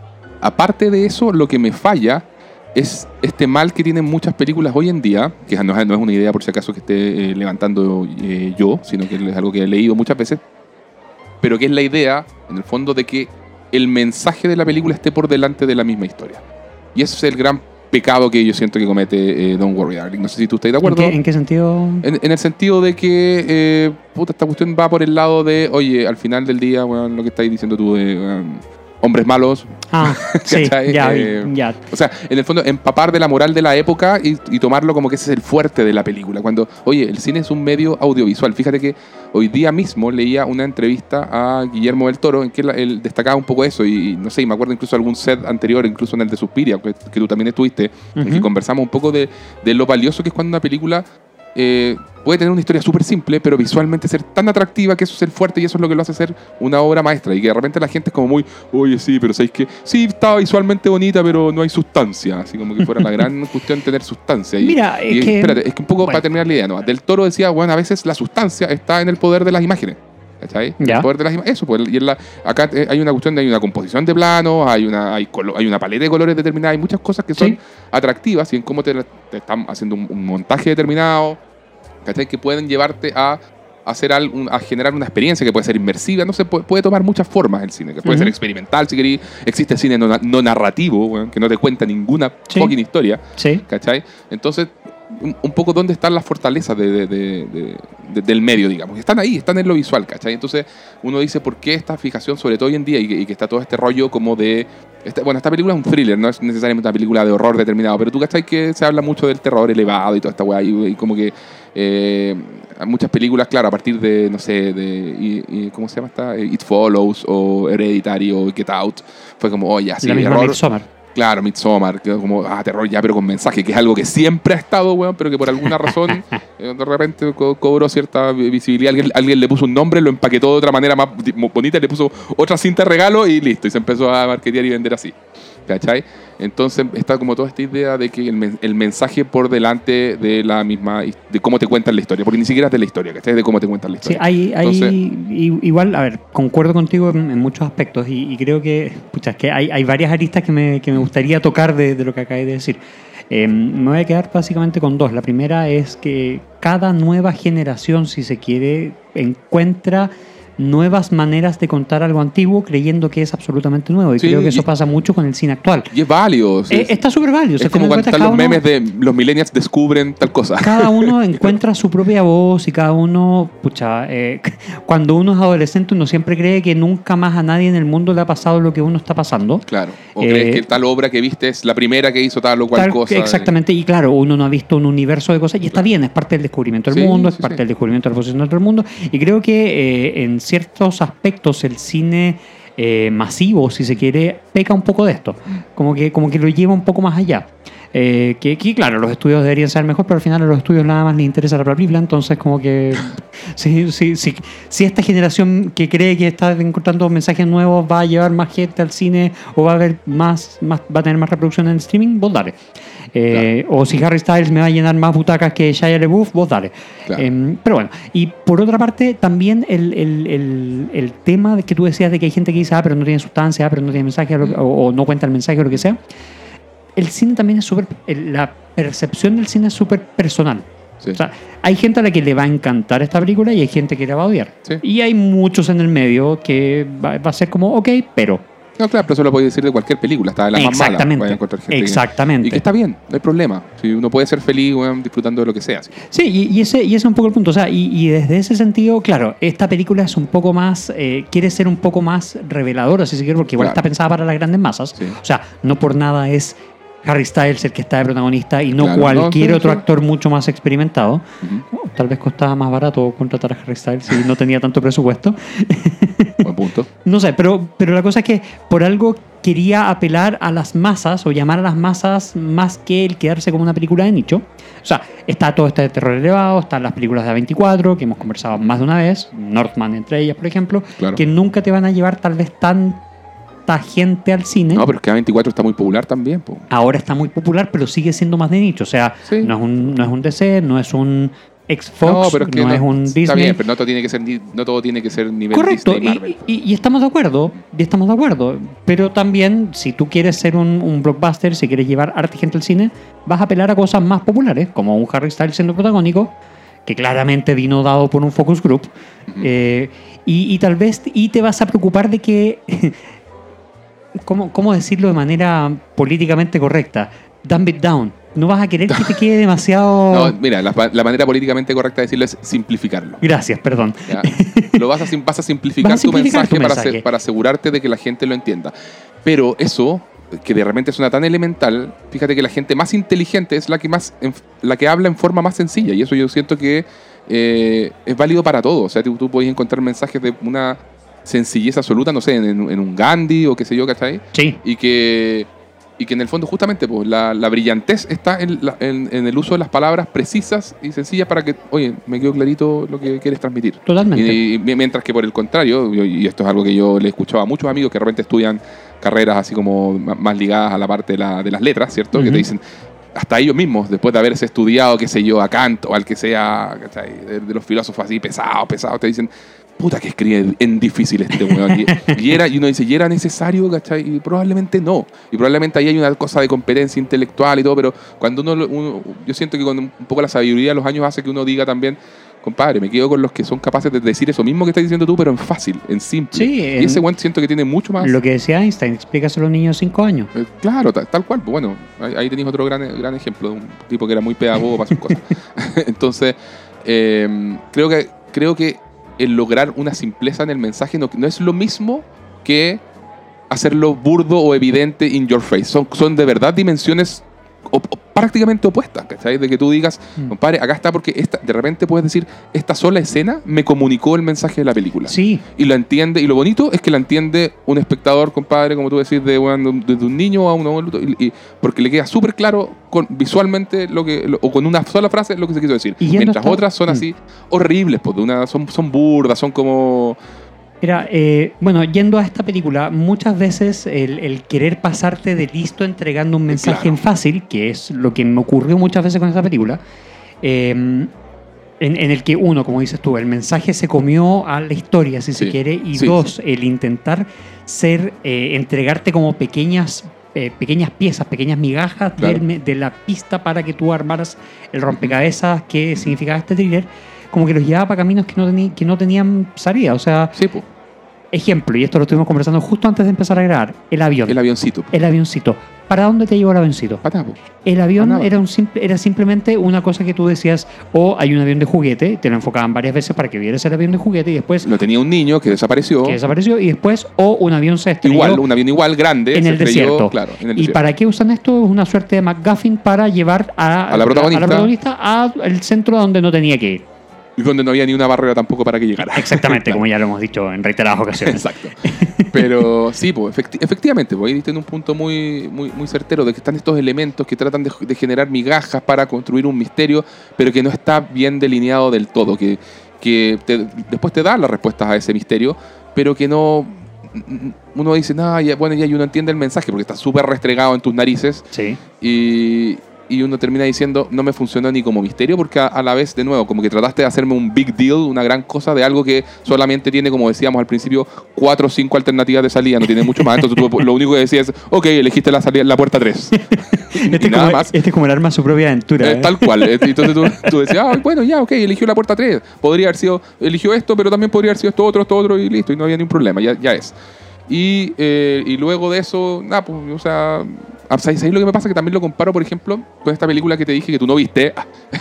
Aparte de eso, lo que me falla es este mal que tienen muchas películas hoy en día, que no es, no es una idea por si acaso que esté eh, levantando eh, yo, sino que es algo que he leído muchas veces, pero que es la idea, en el fondo, de que el mensaje de la película esté por delante de la misma historia. Y ese es el gran pecado que yo siento que comete eh, Don't Worry Darling. No sé si tú estás de ¿En acuerdo. qué, en qué sentido? En, en el sentido de que, eh, puta, esta cuestión va por el lado de, oye, al final del día, weón, lo que estáis diciendo tú de weón, hombres malos. Ah, sí, ¿Cachai? ya, Eh, ya. O sea, en el fondo, empapar de la moral de la época y, y tomarlo como que ese es el fuerte de la película. Cuando, oye, el cine es un medio audiovisual. Fíjate que hoy día mismo leía una entrevista a Guillermo del Toro en que él, él destacaba un poco eso. Y, y no sé, y me acuerdo incluso de algún set anterior, incluso en el de Suspiria, que, que tú también estuviste, en que Ujú. conversamos un poco de, de lo valioso que es cuando una película eh, puede tener una historia súper simple, pero visualmente ser tan atractiva que eso es el fuerte y eso es lo que lo hace ser una obra maestra. Y que de repente la gente es como muy, oye, sí, pero ¿sabéis qué? Sí, estaba visualmente bonita, pero no hay sustancia. Así como que fuera la gran cuestión tener sustancia. Y, Mira, es y, que- espérate, es que un poco bueno. para terminar la idea, ¿no? Del Toro decía, bueno, a veces la sustancia está en el poder de las imágenes. ¿Cachai? En Ya. El poder de las imágenes. Eso, pues, y en la, acá eh, hay una cuestión de hay una composición de planos, hay una, hay, colo- hay una paleta de colores determinada, hay muchas cosas que son Sí. atractivas y en cómo te, te están haciendo un, un montaje determinado, ¿cachai? Que pueden llevarte a hacer al- un- a generar una experiencia que puede ser inmersiva, no sé, puede, puede tomar muchas formas el cine, que puede Ujú. ser experimental si queréis, existe el cine no, na- no narrativo, weón, que no te cuenta ninguna Sí. fucking historia, Sí. ¿cachai? Entonces, un, un poco dónde están las fortalezas de- de- de- de- de- del medio, digamos. Están ahí, están en lo visual, ¿cachai? Entonces, uno dice, ¿por qué esta fijación, sobre todo hoy en día, y que, y que está todo este rollo como de... Esta, bueno, esta película es un thriller, no es necesariamente una película de horror determinado, pero tú, ¿cachai? Que se habla mucho del terror elevado y toda esta weá, y, y como que... eh, muchas películas, claro, a partir de, no sé, de y, y, ¿cómo se llama esta? It Follows o Hereditary o Get Out. Fue como, oye, así, La misma error. Midsommar. Claro, Midsommar, que como, ah, terror ya, pero con mensaje, que es algo que siempre ha estado, weón, pero que por alguna razón eh, de repente co- cobró cierta visibilidad. Alguien, alguien le puso un nombre, lo empaquetó de otra manera más di- bonita, le puso otra cinta de regalo y listo, y se empezó a marketear y vender así. ¿Cachai? Entonces está como toda esta idea de que el, men- el mensaje por delante de la misma, his- de cómo te cuentan la historia, porque ni siquiera es de la historia, ¿cachai? Es de cómo te cuentan la Sí, historia. hay, hay Entonces, i- igual, a ver, concuerdo contigo en, en muchos aspectos y, y creo que, pucha, es que hay, hay varias aristas que me, que me gustaría tocar de, de lo que acabé de decir. Eh, me voy a quedar básicamente con dos. La primera es que cada nueva generación, si se quiere, encuentra nuevas maneras de contar algo antiguo creyendo que es absolutamente nuevo. Y Sí, creo que eso y- pasa mucho con el cine actual. y es válido. sí, Eh, está súper válido. es o sea, como teniendo cuando en están cuenta los cada uno- memes de los millennials descubren tal cosa. cada uno encuentra su propia voz y cada uno, pucha, eh, cuando uno es adolescente uno siempre cree que nunca más a nadie en el mundo le ha pasado lo que uno está pasando. Claro. O Eh, crees que tal obra que viste es la primera que hizo tal o cual Tal- cosa. Exactamente, y claro, uno no ha visto un universo de cosas y está bien, es parte del descubrimiento del Sí, mundo, sí, es parte sí. del descubrimiento de la posición del mundo y creo que eh, en ciertos aspectos el cine eh, masivo, si se quiere, peca un poco de esto, como que, como que lo lleva un poco más allá. Eh, que, que claro, los estudios deberían ser mejor, pero al final a los estudios nada más les interesa la película, entonces como que si, si, si, si esta generación que cree que está encontrando mensajes nuevos va a llevar más gente al cine o va a haber más, más va a tener más reproducción en el streaming, vos dale. Eh, O si Harry Styles me va a llenar más butacas que Shia LaBeouf, vos dale. Claro. Eh, pero bueno, y por otra parte también el, el, el, el tema de que tú decías de que hay gente que dice, ah, pero no tiene sustancia, ah, pero no tiene mensaje o, o no cuenta el mensaje o lo que sea. El cine también es súper, el- la percepción del cine es súper personal. Sí. O sea, hay gente a la que le va a encantar esta película y hay gente que la va a odiar. Sí. Y hay muchos en el medio que va, va a ser como, ok, pero. No, claro, pero eso lo puedes decir de cualquier película, hasta de las más malas. Exactamente. Vaya a encontrar gente que- Exactamente. y que está bien, no hay problema. Si uno puede ser feliz, weón, disfrutando de lo que sea. ¿sí? Sí, y, y ese, y ese es un poco el punto. O sea, y, y desde ese sentido, claro, esta película es un poco más, eh, quiere ser un poco más reveladora, si se quiere, porque igual Claro. está pensada para las grandes masas. Sí. O sea, no por nada es Harry Styles el que está de protagonista y no Claro, cualquier no, sí, otro sí. actor mucho más experimentado. Ujú. Oh, tal vez costaba más barato contratar a Harry Styles y no tenía tanto presupuesto. Buen punto. No sé, pero, pero la cosa es que por algo quería apelar a las masas o llamar a las masas más que el quedarse como una película de nicho. O sea, está todo este terror elevado, están las películas de A veinticuatro, que hemos conversado más de una vez, Northman entre ellas, por ejemplo, Claro. que nunca te van a llevar tal vez tanta gente al cine. No, pero es que A veinticuatro está muy popular también. Po. Ahora está muy popular, pero sigue siendo más de nicho. O sea, Sí. no, es un, no es un D C, no es un X-Fox, no, pero es que no, es un Disney. Está bien, pero no todo tiene que ser, ni- no todo tiene que ser nivel Correcto, Disney y Marvel. y, y- y estamos de acuerdo, y estamos de acuerdo. Pero también, si tú quieres ser un, un blockbuster, si quieres llevar arte y gente al cine, vas a apelar a cosas más populares, como un Harry Styles siendo protagónico, que claramente vino dado por un focus group. Ujú. Eh, y, y tal vez, y te vas a preocupar de que, ¿cómo, cómo decirlo de manera políticamente correcta? Dumb it down. No vas a querer que te quede demasiado... No, mira, la, la manera políticamente correcta de decirlo es simplificarlo. Gracias, perdón. ¿ya? Lo vas a, sim- vas a simplificar, Vas a simplificar tu, tu mensaje, mensaje. Para, ase- para asegurarte de que la gente lo entienda. Pero eso, que de repente suena tan elemental, fíjate que la gente más inteligente es la que, más, en- la que habla en forma más sencilla. Y eso yo siento que eh, es válido para todo. O sea, tú, tú puedes encontrar mensajes de una sencillez absoluta, no sé, en, en un Gandhi o qué sé yo, ¿cachai? Sí. Y que, y que en el fondo justamente pues, la, la brillantez está en, la- en- en el uso de las palabras precisas y sencillas para que, oye, me quedó clarito lo que quieres transmitir. Totalmente. Y, y mientras que por el contrario, yo- y esto es algo que yo le he escuchado a muchos amigos que de repente estudian carreras así como ma- más ligadas a la parte de, la- de las letras, ¿cierto? Que Ujú. te dicen, hasta ellos mismos, después de haberse estudiado, qué sé yo, a Kant o al que sea, ¿cachai? De, de los filósofos así pesados, pesados, te dicen, puta que escribe en difícil este weón. Y, y, era, y uno dice, ¿y era necesario, cachai? Y probablemente no. Y probablemente ahí hay una cosa de competencia intelectual y todo, pero cuando uno, lo- uno yo siento que con un poco la sabiduría de los años hace que uno diga también, compadre, me quedo con los que son capaces de decir eso mismo que estás diciendo tú, pero en fácil, en simple. Sí, y en- ese weón siento que tiene mucho más... Lo que decía Einstein, explícaselo a los niños de cinco años. Eh, Claro, tal, tal cual. Pues bueno, ahí, ahí tenéis otro gran, gran ejemplo de un tipo que era muy pedagogo para sus cosas. Entonces, eh, creo que creo que el lograr una simpleza en el mensaje no, no es lo mismo que hacerlo burdo o evidente in your face. Son, son de verdad dimensiones op- op- prácticamente opuestas, ¿cachai? De que tú digas, Mm. compadre, acá está porque esta, de repente puedes decir, esta sola escena me comunicó el mensaje de la película. Sí. Y lo entiende, y lo bonito es que la entiende un espectador, compadre, como tú decís, de, bueno, de, de un niño a un adulto, y, y porque le queda súper claro con, visualmente lo que, lo, o con una sola frase lo que se quiso decir. Y yendo Mientras hasta- otras son Mm. así horribles, pues, de una, son, son burdas, son como... Mira, eh, bueno, yendo a esta película, muchas veces el, el querer pasarte de listo entregando un mensaje Claro. en fácil, que es lo que me ocurrió muchas veces con esta película, eh, en, en el que uno, como dices tú, el mensaje se comió a la historia, si se Sí. quiere, y Sí, dos, el intentar ser, eh, entregarte como pequeñas, eh, pequeñas piezas, pequeñas migajas Claro. del me- de la pista para que tú armaras el rompecabezas que significaba este thriller, como que los llevaba para caminos que no, teni- que no tenían salida. O sea, Sí, pues, ejemplo, y esto lo estuvimos conversando justo antes de empezar a grabar, el avión. el avioncito. El avioncito. ¿Para dónde te llevó el avioncito? Patá, po. El avión Nada. era, un simple, era simplemente una cosa que tú decías, o hay un avión de juguete, te lo enfocaban varias veces para que vieras el avión de juguete y después Lo tenía un niño que desapareció. que desapareció, y después, o un avión se estrelló Igual, un avión igual grande. en se el estrelló, desierto. Claro, en el ¿Y desierto. para qué usan esto? Es una suerte de MacGuffin para llevar a, A la protagonista. a la protagonista al centro donde no tenía que ir. Y donde no había ni una barrera tampoco para que llegara. Exactamente, Claro. como ya lo hemos dicho en reiteradas ocasiones. Exacto. Pero sí, pues, efecti- efectivamente, pues ahí diste en un punto muy, muy, muy certero de que están estos elementos que tratan de, de generar migajas para construir un misterio, pero que no está bien delineado del todo, que, que te- después te da las respuestas a ese misterio, pero que no... Uno dice, no, ya, bueno, ya y uno entiende el mensaje porque está súper restregado en tus narices Sí. y, y uno termina diciendo, no me funcionó ni como misterio porque a, a la vez, de nuevo, como que trataste de hacerme un big deal, una gran cosa de algo que solamente tiene, como decíamos al principio, cuatro o cinco alternativas de salida, no tiene mucho más. Entonces tú lo único que decías es, ok, elegiste la, salida, la puerta tres. Este, y es nada como, más. este es como el arma de su propia aventura. Eh, ¿eh? tal cual. Eh, Entonces tú, tú decías, ah, bueno, ya, ok, eligió la puerta tres. Podría haber sido, eligió esto, pero también podría haber sido esto otro, esto otro, y listo, y no había ningún problema, ya, ya es. Y, eh, y luego de eso, nada, pues, o sea, ¿sabes lo que me pasa? Que también lo comparo, por ejemplo, con esta película que te dije que tú no viste,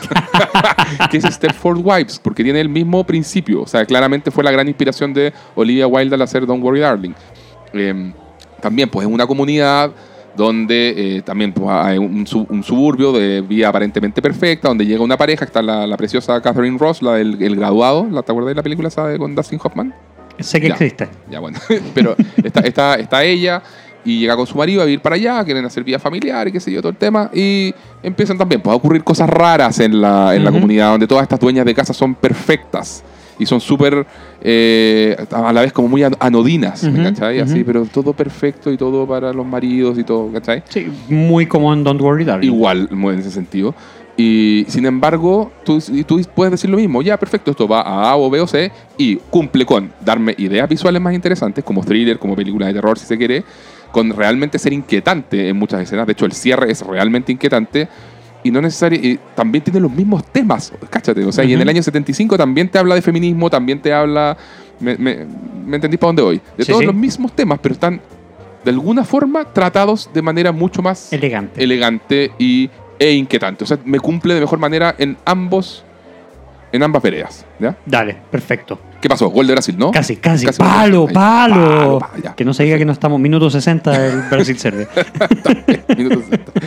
que es Stepford Wives, porque tiene el mismo principio. O sea, claramente fue la gran inspiración de Olivia Wilde al hacer Don't Worry Darling. Eh, también, pues, es una comunidad donde eh, también pues, hay un, sub- un suburbio de vida aparentemente perfecta, donde llega una pareja, que está la, la preciosa Catherine Ross, la del el graduado. ¿La, ¿Te acuerdas de la película esa de, con Dustin Hoffman? Sé que Ya. existe. Ya, bueno. Pero está, está, está ella y llega con su marido a vivir para allá, quieren hacer vida familiar y qué sé yo, todo el tema. Y empiezan también pues, a ocurrir cosas raras en la, en la Ujú. comunidad, donde todas estas dueñas de casa son perfectas y son súper, eh, a la vez como muy an- anodinas, Ujú, ¿cachai? Así, ujú. pero todo perfecto y todo para los maridos y todo, ¿cachai? Sí, muy como en Don't Worry Darling. Igual, muy en ese sentido. Y sin embargo, tú, y tú puedes decir lo mismo. Ya, perfecto, esto va a A o B o C y cumple con darme ideas visuales más interesantes, como thriller, como película de terror, si se quiere, con realmente ser inquietante en muchas escenas. De hecho, el cierre es realmente inquietante y no necesario. Y también tiene los mismos temas, cáchate. O sea, y en Ujú. el año setenta y cinco también te habla de feminismo, también te habla. ¿Me, me, me entendís para dónde voy? De Sí, todos sí. los mismos temas, pero están de alguna forma tratados de manera mucho más Elegante. elegante y, e inquietante. O sea, me cumple de mejor manera en ambos, en ambas veredas. ¿Ya? Dale, perfecto. ¿Qué pasó? Gol de Brasil, ¿no? Casi, casi. Casi palo, ahí. palo, Palo, pa, ya. Que no se diga que no estamos. Minuto sesenta del Brasil-Serbia. Minutos.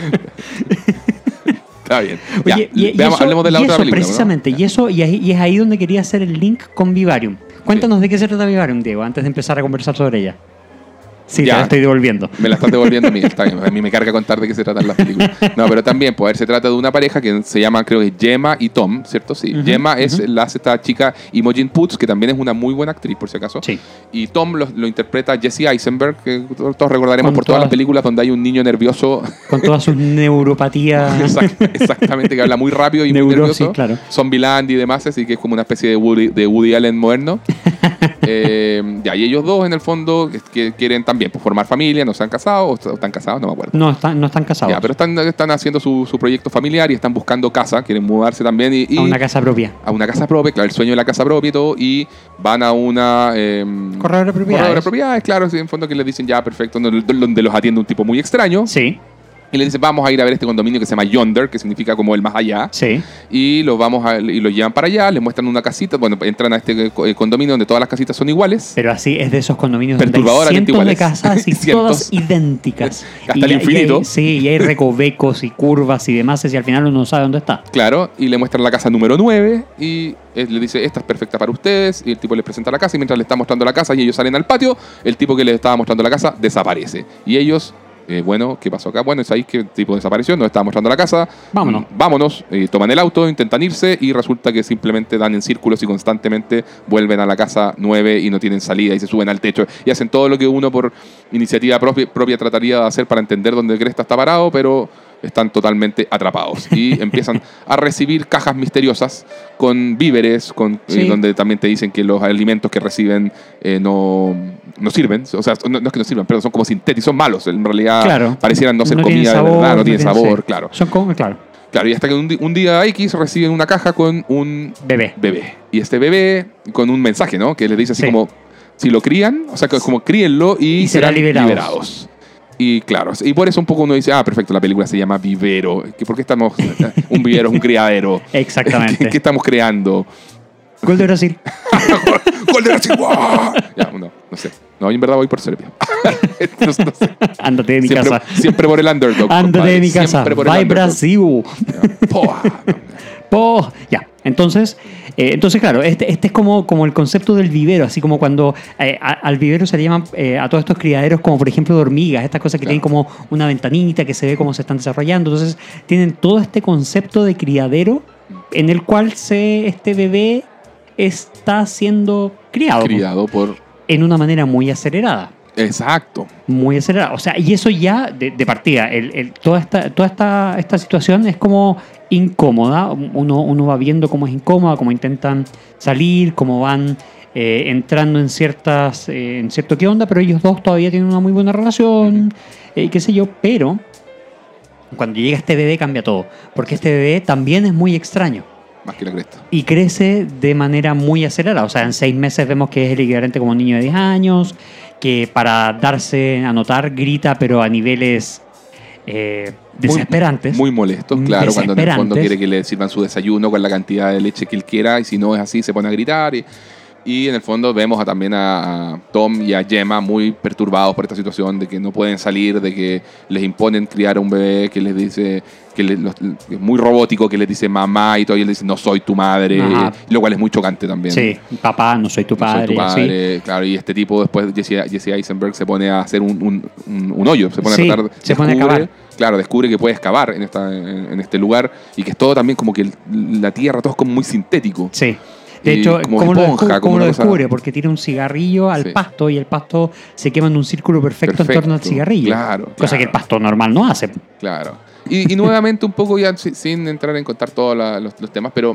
Está bien. Ya, Oye, y, y veamos, eso, hablemos de la y otra eso película. ¿no? precisamente, y eso y, ahí- y es ahí donde quería hacer el link con Vivarium. Cuéntanos de qué se trata Vivarium, Diego, antes de empezar a conversar sobre ella. Sí, Ya. te la estoy devolviendo. Me la estás devolviendo a mí, está bien. A mí me carga contar de qué se tratan las películas. No, pero también, pues, a ver, se trata de una pareja que se llama, creo que Gemma y Tom, ¿cierto? Sí. Ujú, Gemma es ujú. la hace esta chica Imogen Poots, que también es una muy buena actriz, por si acaso. Sí. Y Tom lo, lo interpreta Jesse Eisenberg, que todos recordaremos Con por todas todas- las películas donde hay un niño nervioso. Con todas sus neuropatías. Exact- Exactamente, que habla muy rápido y muy Neurosis, nervioso. claro. Zombieland y demás, así que es como una especie de Woody, de Woody Allen moderno. Eh, ya, y ellos dos, en el fondo, que, que quieren también pues, formar familia, no se han casado, o est- están casados, no me acuerdo. No, están, no están casados. Ya, pero están, están haciendo su, su proyecto familiar y están buscando casa, quieren mudarse también y, y A una casa propia. a una casa propia, claro, el sueño de la casa propia y todo, y van a una... Eh, Corredor de propiedades. corredor de propiedades, claro, sí, en fondo que les dicen ya, perfecto, donde donde los atiende un tipo muy extraño. Sí. Y le dice, vamos a ir a ver este condominio que se llama Yonder, que significa como el más allá. Sí. Y los vamos a, y los llevan para allá, les muestran una casita. Bueno, entran a este condominio donde todas las casitas son iguales. Pero así es de esos condominios donde hay cientos iguales. de casas y Cientos. todas idénticas. Hasta y, el infinito. Y hay, sí, y hay recovecos y curvas y demás, y al final uno no sabe dónde está. Claro, y le muestran la casa número nueve y él le dice, esta es perfecta para ustedes. Y el tipo les presenta la casa y mientras le está mostrando la casa y ellos salen al patio, el tipo que les estaba mostrando la casa desaparece. Y ellos... Eh, bueno, ¿qué pasó acá? Bueno, es ahí que el tipo desapareció, nos estaba mostrando la casa. Vámonos. Mm, vámonos. Eh, toman el auto, intentan irse y resulta que simplemente dan en círculos y constantemente vuelven a la casa nueve y no tienen salida y se suben al techo y hacen todo lo que uno por iniciativa propia, propia trataría de hacer para entender dónde Cresta está parado, pero están totalmente atrapados y empiezan a recibir cajas misteriosas con víveres, con, Sí. eh, donde también te dicen que los alimentos que reciben eh, no, no sirven, o sea, no, no es que no sirvan, pero son como sintéticos, son malos, en realidad Claro. parecieran no ser No tienen comida sabor, de verdad, no no tienen tienen- sabor, sí. claro. Son como, claro, Claro, y hasta que un, di- un día X reciben una caja con un bebé. bebé. Y este bebé con un mensaje, ¿no? Que les dice así Sí. como, si lo crían, o sea, que es como críenlo y, Y serán serán liberados. liberados. Y claro, y por eso un poco uno dice, ah, perfecto, la película se llama Vivero. ¿Que ¿Por qué estamos...? Un vivero es un criadero. Exactamente. ¿Qué, qué estamos creando? Gol de Brasil. ¡Gol de Brasil! ¡Guau! Ya, no, no sé. No, yo en verdad voy por Serbia. no, no sé. Ándate de mi Siempre, casa. siempre por el underdog. Ándate compadre. de mi casa. Siempre por el Vai underdog. Brasil. Ya. Poa. Po. Ya. Entonces, eh, entonces claro, este, este es como, como el concepto del vivero, así como cuando eh, a- al vivero se le llaman eh, a todos estos criaderos como por ejemplo de hormigas, estas cosas que Claro. tienen como una ventanita que se ve cómo se están desarrollando. Entonces, tienen todo este concepto de criadero en el cual se, este bebé está siendo criado Criado por... en una manera muy acelerada. Exacto. Muy acelerada. O sea, y eso ya de, de partida, el, el- toda, esta, toda esta, esta situación es como incómoda. Uno, uno va viendo cómo es incómoda, cómo intentan salir, cómo van eh, entrando en ciertas eh, en cierto qué onda, pero ellos dos todavía tienen una muy buena relación, eh, qué sé yo, pero cuando llega este bebé cambia todo, porque este bebé también es muy extraño. Más que la cresta. Y crece de manera muy acelerada. O sea, en seis meses vemos que es el equivalente como un niño de diez años, que para darse a notar grita, pero a niveles eh, desesperantes. Muy, muy molestos, claro, cuando en el fondo Desesperantes. quiere que le sirvan su desayuno con la cantidad de leche que él quiera y si no es así se pone a gritar. Y, y en el fondo vemos a, también a, a Tom y a Gemma muy perturbados por esta situación de que no pueden salir, de que les imponen criar a un bebé que les dice que le- los- es muy robótico, que les dice mamá y todavía le dice no soy tu madre, Ajá. lo cual es muy chocante también. Sí, papá, no soy tu No padre. soy tu así. padre, claro, y este tipo después, Jesse, Jesse Eisenberg, se pone a hacer un, un- un- un hoyo, se pone Sí, a tratar, se pone a cavar. Claro, descubre que puede excavar en, esta, en, en este lugar y que es todo también como que el- la tierra, todo es como muy sintético. Sí. De Y hecho, como ¿cómo, lo, esponja, descu- como cómo lo una cosa- descubre? Porque tira un cigarrillo al Sí. pasto y el pasto se quema en un círculo perfecto, en torno al Perfecto, cigarrillo. claro, Cosa claro. que el pasto normal no hace. Claro. Y, y nuevamente un poco ya si- sin entrar en contar todos la- los, los temas, pero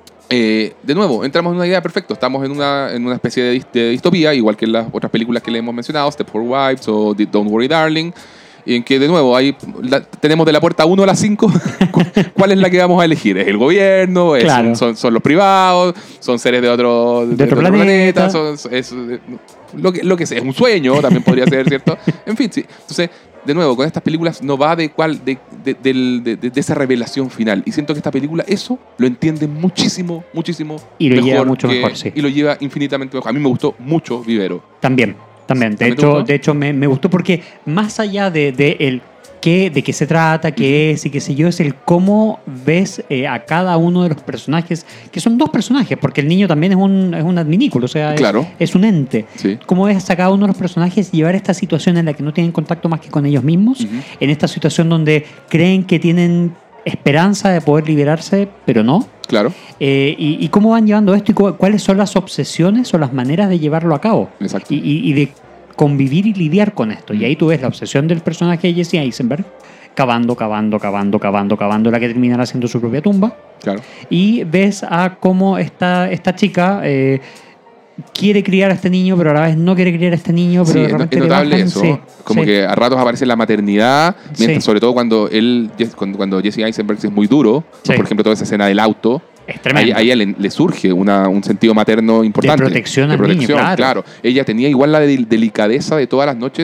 eh, de nuevo, entramos en una idea perfecta. Estamos en una, en una especie de, dis- de distopía, igual que en las otras películas que le hemos mencionado, Step for Wives o The Don't Worry Darling, y en que de nuevo hay, la- tenemos de la puerta uno a las cinco, ¿cuál es la que vamos a elegir? ¿Es el gobierno? ¿Es- Claro. son, son los privados? ¿Son seres de otro, De otro planeta. Son- es, eh, lo, que, lo que sea, es un sueño, también podría ser, ¿cierto? En fin, sí. Entonces, de nuevo, con estas películas no va de, cuál, de, de, del- de- de- de esa revelación final. Y siento que esta película eso lo entiende muchísimo, muchísimo Y lo mejor lleva mucho que- mejor, sí. Y lo lleva infinitamente mejor. A mí me gustó mucho Vivero. También, también. De ¿También te hecho, gustó? de hecho me, me gustó porque más allá de, de el qué, de qué se trata, qué es y qué sé yo, es el cómo ves eh, a cada uno de los personajes, que son dos personajes, porque el niño también es un, es un adminículo, o sea, es, Claro. es un ente. Sí. Cómo ves a cada uno de los personajes llevar esta situación en la que no tienen contacto más que con ellos mismos, Ujú. en esta situación donde creen que tienen esperanza de poder liberarse, pero no. Claro, Eh, y, y cómo van llevando esto y cu- cuáles son las obsesiones o las maneras de llevarlo a cabo. exacto. Y, y- y de convivir y lidiar con esto. Y ahí tú ves la obsesión del personaje de Jesse Eisenberg, cavando, cavando, cavando, cavando, cavando, la que terminará haciendo su propia tumba. Claro. Y ves a cómo esta, esta chica eh, quiere criar a este niño, pero a la vez no quiere criar a este niño, pero Sí, de es, repente es le notable bajan. eso. Sí, Como sí. que a ratos aparece la maternidad, mientras, Sí. sobre todo cuando él, cuando, cuando Jesse Eisenberg es muy duro, ¿no? Sí. Por ejemplo, toda esa escena del auto. Es Ahí, tremendo. ahí a él le surge una- un sentido materno importante. protección al niño, claro. Ella tenía igual la del- delicadeza de todas las noches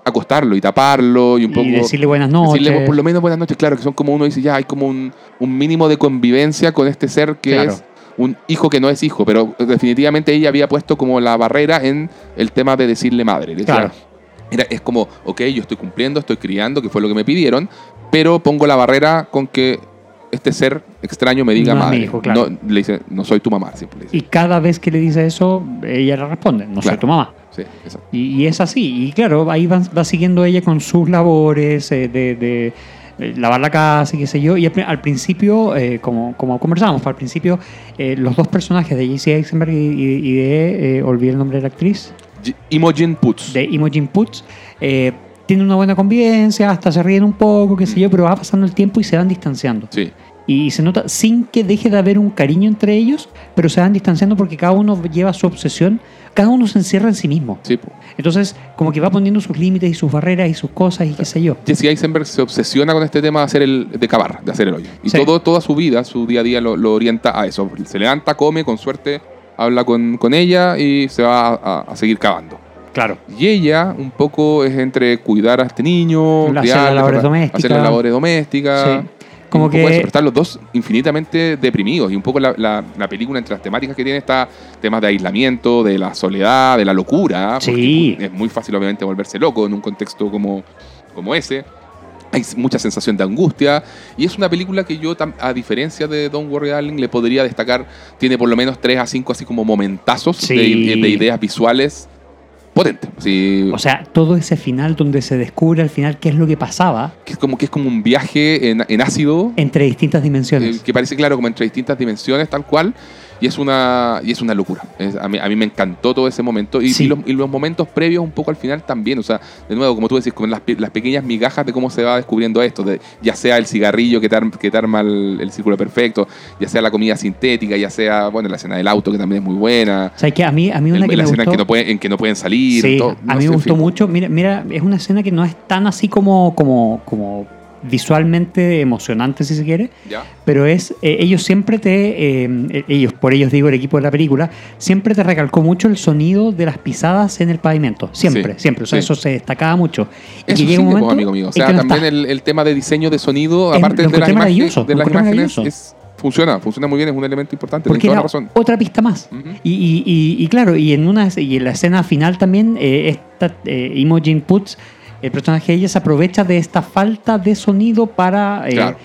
acostarlo y taparlo y un poco... Y decirle buenas noches. Decirle por lo menos buenas noches, claro, que son como uno dice, ya hay como un, un mínimo de convivencia con este ser que Claro. es un hijo que no es hijo, pero definitivamente ella había puesto como la barrera en el tema de decirle madre. Decía, Claro. era, es como, ok, yo estoy cumpliendo, estoy criando, que fue lo que me pidieron, pero pongo la barrera con que este ser extraño me diga No es mi madre. hijo, claro. No, le dice, no soy tu mamá, siempre le dice. Y cada vez que le dice eso, ella le responde, no soy Claro. tu mamá. Sí, exacto. Y, y es así. Y claro, ahí va, va siguiendo ella con sus labores eh, de, de, eh, lavar la casa y qué sé yo. Y al, pri- al principio, eh, como, como conversábamos, al principio, eh, los dos personajes de J C Eisenberg y, y- y de, eh, olvidé el nombre de la actriz, G- Imogen Poots. de Imogen Poots, eh, tienen una buena convivencia, hasta se ríen un poco, qué sé yo, pero va pasando el tiempo y se van distanciando. Sí. Y se nota sin que deje de haber un cariño entre ellos, pero se van distanciando porque cada uno lleva su obsesión, cada uno se encierra en sí mismo. Sí, po. Entonces, como que va poniendo sus límites y sus barreras y sus cosas y qué sé yo. Jesse Eisenberg se obsesiona con este tema de hacer el de cavar, de hacer el hoyo. Y Sí. todo, toda su vida, su día a día lo, lo orienta a eso. Se levanta, come, con suerte habla con, con ella y se va a, a seguir cavando. Claro. Y ella un poco es entre cuidar a este niño, Hacer las criarle, labores tratar- domésticas. hacer las labores domésticas. Sí. Como Un poco que- eso, pero están los dos infinitamente deprimidos. Y un poco la, la- la película, entre las temáticas que tiene, está temas de aislamiento, de la soledad, de la locura. Sí. Porque es muy fácil, obviamente, volverse loco en un contexto como, como ese. Hay mucha sensación de angustia. Y es una película que yo, tam- a diferencia de Don't Worry Darling, le podría destacar. Tiene por lo menos tres a cinco así como momentazos Sí. de, de ideas visuales potentes. Sí, O sea, todo ese final donde se descubre al final qué es lo que pasaba que es como que es como un viaje en, en ácido. entre distintas Eh, dimensiones. que parece claro como entre distintas dimensiones tal cual y es una y es una locura. Es- a, mí, a mí me encantó todo ese momento y, Sí. y los, y los momentos previos un poco al final también, o sea, de nuevo como tú decís, con las, pe- las pequeñas migajas de cómo se va descubriendo esto, de, ya sea el cigarrillo que te, ar- que te arma el, el círculo perfecto, ya sea la comida sintética, ya sea, bueno, la escena del auto que también es muy buena, O sea, que a mí, a mí una el- que la me escena en gustó... que, no pueden, en que no pueden salir, Sí, todo, a no mí sé, me en gustó fin. mucho. Mira, mira, es una escena que no es tan así como, como, como visualmente emocionante, si se quiere, ¿Ya? pero es, eh, ellos siempre te, eh, ellos, por ellos digo el equipo de la película, siempre te recalcó mucho el sonido de las pisadas en el pavimento. Siempre, Sí, siempre. O sea, sí. eso se destacaba mucho. Y Eso que sí, llega un pues, momento amigo mío. O en sea, que no también está. el, el tema de diseño de sonido, Es- aparte lo de las encontré imágenes, maravilloso, de lo las encontré imágenes maravilloso. es, funciona, funciona muy bien, es un elemento importante. Porque Tienes era toda la razón. otra pista más. Ujú. y, y- y- y claro, y en una y en la escena final también, eh, esta eh, Imogen Poots, el personaje de ella se aprovecha de esta falta de sonido para eh, Claro.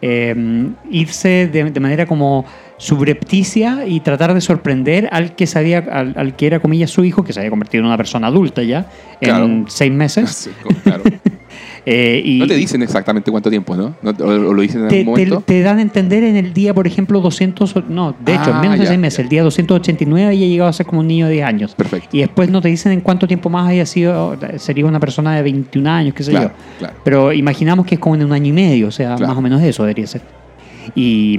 eh, irse de, de manera como subrepticia y tratar de sorprender al que sabía, al, al que era comillas su hijo, que se había convertido en una persona adulta ya en Claro. seis meses. Sí, claro. Eh, y No te dicen exactamente cuánto tiempo, ¿no? ¿No? ¿O, o lo dicen en te, algún te- momento? te dan a entender en el día, por ejemplo, doscientos, no, de hecho, en Ah, menos de ya, seis meses, ya. el día doscientos ochenta y nueve ella llegado a ser como un niño de diez años. Perfecto. Y después no te dicen en cuánto tiempo más haya sido, sería una persona de veintiún años, qué sé Claro, yo. claro. Pero imaginamos que es como en un año y medio, o sea, Claro. más o menos eso debería ser. Y,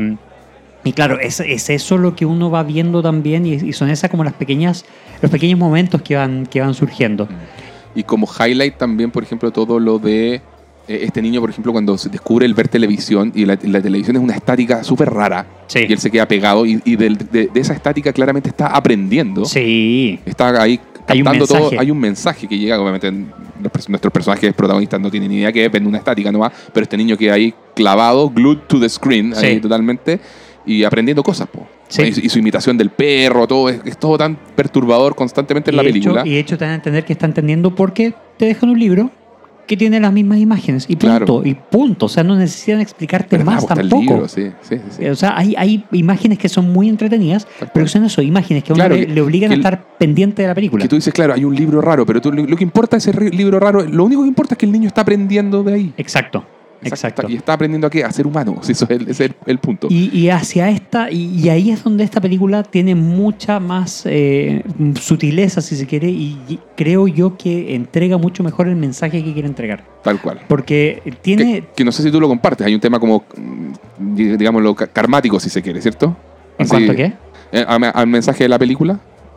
y claro, es, es eso lo que uno va viendo también y, y son esas como las pequeñas, los pequeños momentos que van, que van surgiendo. Y como highlight también, por ejemplo, todo lo de eh, este niño, por ejemplo, cuando se descubre el ver televisión y la, la televisión es una estática súper rara Sí. y él se queda pegado y, y del- de, de esa estática claramente está aprendiendo. Sí. Está ahí Hay un captando todo. mensaje. Hay un mensaje que llega, obviamente los pers- nuestros personajes protagonistas no tienen ni idea que es, ven una estática nomás, pero este niño queda ahí clavado, glued to the screen, Sí. ahí totalmente, y aprendiendo cosas, po. Sí. Y, su- y su imitación del perro, todo, es, es todo tan perturbador constantemente en la Y de hecho- película. y de hecho te dan a entender que está entendiendo porque te dejan un libro que tiene las mismas imágenes y punto, Claro. y punto. O sea, no necesitan explicarte ¿Verdad? más Po, está el tampoco. libro, sí, sí, sí, sí. O sea, hay, hay imágenes que son muy entretenidas, Tal pero cual. que son eso, imágenes que a uno Claro, le, que- le obligan que a el- estar pendiente de la película. Que tú dices, claro, hay un libro raro, pero tú- lo, lo que importa es ese ri- libro raro, lo único que importa es que el niño está aprendiendo de ahí. Exacto, exacto. Y está aprendiendo a qué, a ser humano. Sí, eso es el, ese es el, el punto. Y, y hacia esta, y, y ahí es donde esta película tiene mucha más eh, sutileza, si se quiere, y, y creo yo que entrega mucho mejor el mensaje que quiere entregar. Tal cual. Porque tiene... Que, que no sé si tú lo compartes. Hay un tema como, mm, di- digámoslo, ca- karmático, si se quiere, ¿cierto? ¿En Así, cuanto a qué? eh, a- al mensaje de la película.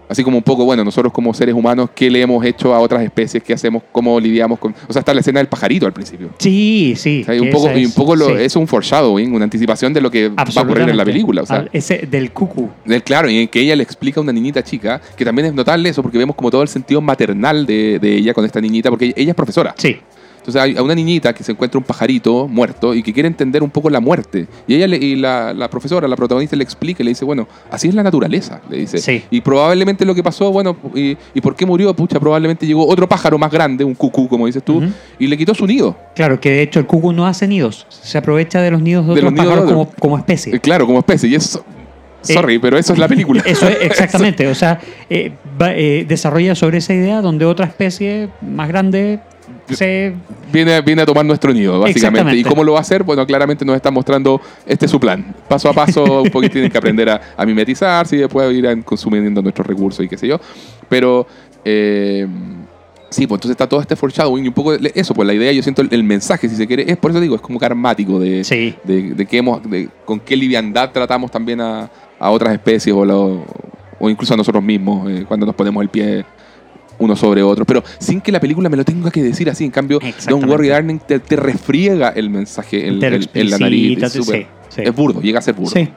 Así como un poco, bueno, nosotros como seres humanos, ¿qué le hemos hecho a otras especies? ¿Qué hacemos? ¿Cómo lidiamos con...? O sea, está la escena del pajarito al principio. Sí, sí. O sea, y un poco, es, y un poco lo, sí. es un foreshadowing, una anticipación de lo que va a ocurrir en la película. O sea, Al, ese del cucú. del, claro, y en que ella le explica a una niñita chica, que también es notable eso, porque vemos como todo el sentido maternal de, de ella con esta niñita, porque ella, ella es profesora. Sí. Entonces hay a una niñita que se encuentra un pajarito muerto y que quiere entender un poco la muerte. Y ella le, y la, la profesora, la protagonista, le explica y le dice, bueno, así es la naturaleza, le dice. Sí. Y probablemente lo que pasó, bueno, y, y por qué murió, pucha, probablemente llegó otro pájaro más grande, un cucú, como dices tú, uh-huh. y le quitó su nido. Claro, que de hecho el cucú no hace nidos, se aprovecha de los nidos de, de otros pájaros como, como especie. Eh, claro, como especie, y eso... Sorry, eh, pero eso es la película. Eso es, exactamente, o sea, eh, va, eh, desarrolla sobre esa idea donde otra especie más grande... Se... Viene, viene a tomar nuestro nido, básicamente. ¿Y cómo lo va a hacer? Bueno, claramente nos está mostrando este es su plan. Paso a paso, un poquito tienen que aprender a, a mimetizarse y después ir a consumiendo nuestros recursos y qué sé yo. Pero, eh, sí, pues entonces está todo este foreshadowing y un poco eso, pues la idea, yo siento el, el mensaje, si se quiere, es por eso digo, es como karmático de, sí. de, de, que hemos, de con qué liviandad tratamos también a, a otras especies o, la, o incluso a nosotros mismos eh, cuando nos ponemos el pie uno sobre otro, pero sin que la película me lo tenga que decir así. En cambio, Don't Worry Darling te, te refriega el mensaje en, el, en la nariz. Es, super, sí, sí. es burdo, llega a ser burdo. Sí.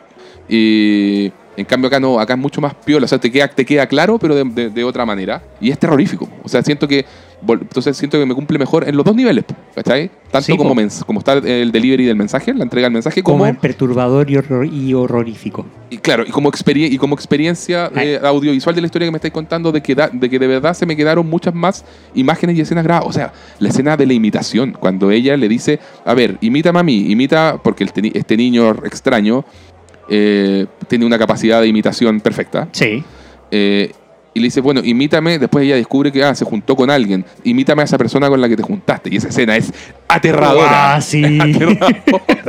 Y en cambio acá no, acá es mucho más piola, o sea, te queda, te queda claro, pero de, de, de otra manera. Y es terrorífico. O sea, siento que entonces siento que me cumple mejor en los dos niveles, ¿cachai? Tanto sí, como, mens- como está el delivery del mensaje, la entrega del mensaje, como, como el perturbador y, horror- y horrorífico. Y claro, y como, experien- y como experiencia eh, audiovisual de la historia que me estáis contando, de que, da- de que de verdad se me quedaron muchas más imágenes y escenas grabadas. O sea, la escena de la imitación, cuando ella le dice, a ver, imítame a mí, imita, porque el te- este niño extraño eh, tiene una capacidad de imitación perfecta. Sí. Eh, y le dice, bueno, imítame. Después ella descubre que ah, se juntó con alguien. Imítame a esa persona con la que te juntaste. Y esa escena es aterradora. Ah, sí. Aterradora.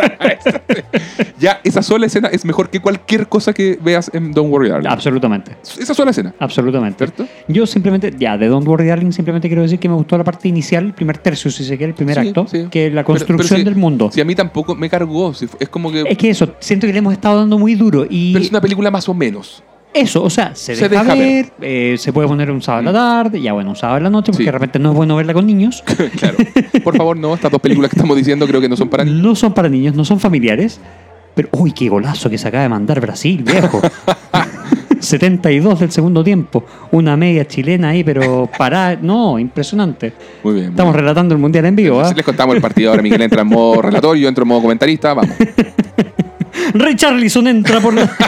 Ya, esa sola escena es mejor que cualquier cosa que veas en Don't Worry Darling. Absolutamente. Esa sola escena. Absolutamente. ¿Cierto? Yo simplemente, ya, de Don't Worry Darling, simplemente quiero decir que me gustó la parte inicial, el primer tercio, si se quiere, el primer sí, acto, sí. que es la construcción pero, pero si, del mundo. Si a mí tampoco me cargó. Si es como que... Es que eso, siento que le hemos estado dando muy duro. Y pero es una película más o menos. Eso, o sea, se, se deja, deja ver, ver. Eh, se puede poner un sábado a la tarde, ya bueno, un sábado a la noche, porque sí. de repente no es bueno verla con niños. Claro. Por favor, no, estas dos películas que estamos diciendo creo que no son para niños. No son para niños, no son familiares. Pero, uy, qué golazo que se acaba de mandar Brasil, viejo. setenta y dos del segundo tiempo. Una media chilena ahí, pero para... No, impresionante. Muy bien. Muy Estamos bien. relatando el Mundial en vivo. Si ¿eh? les contamos el partido ahora, Miguel entra en modo relator, yo entro en modo comentarista, vamos. Richarlison entra por la...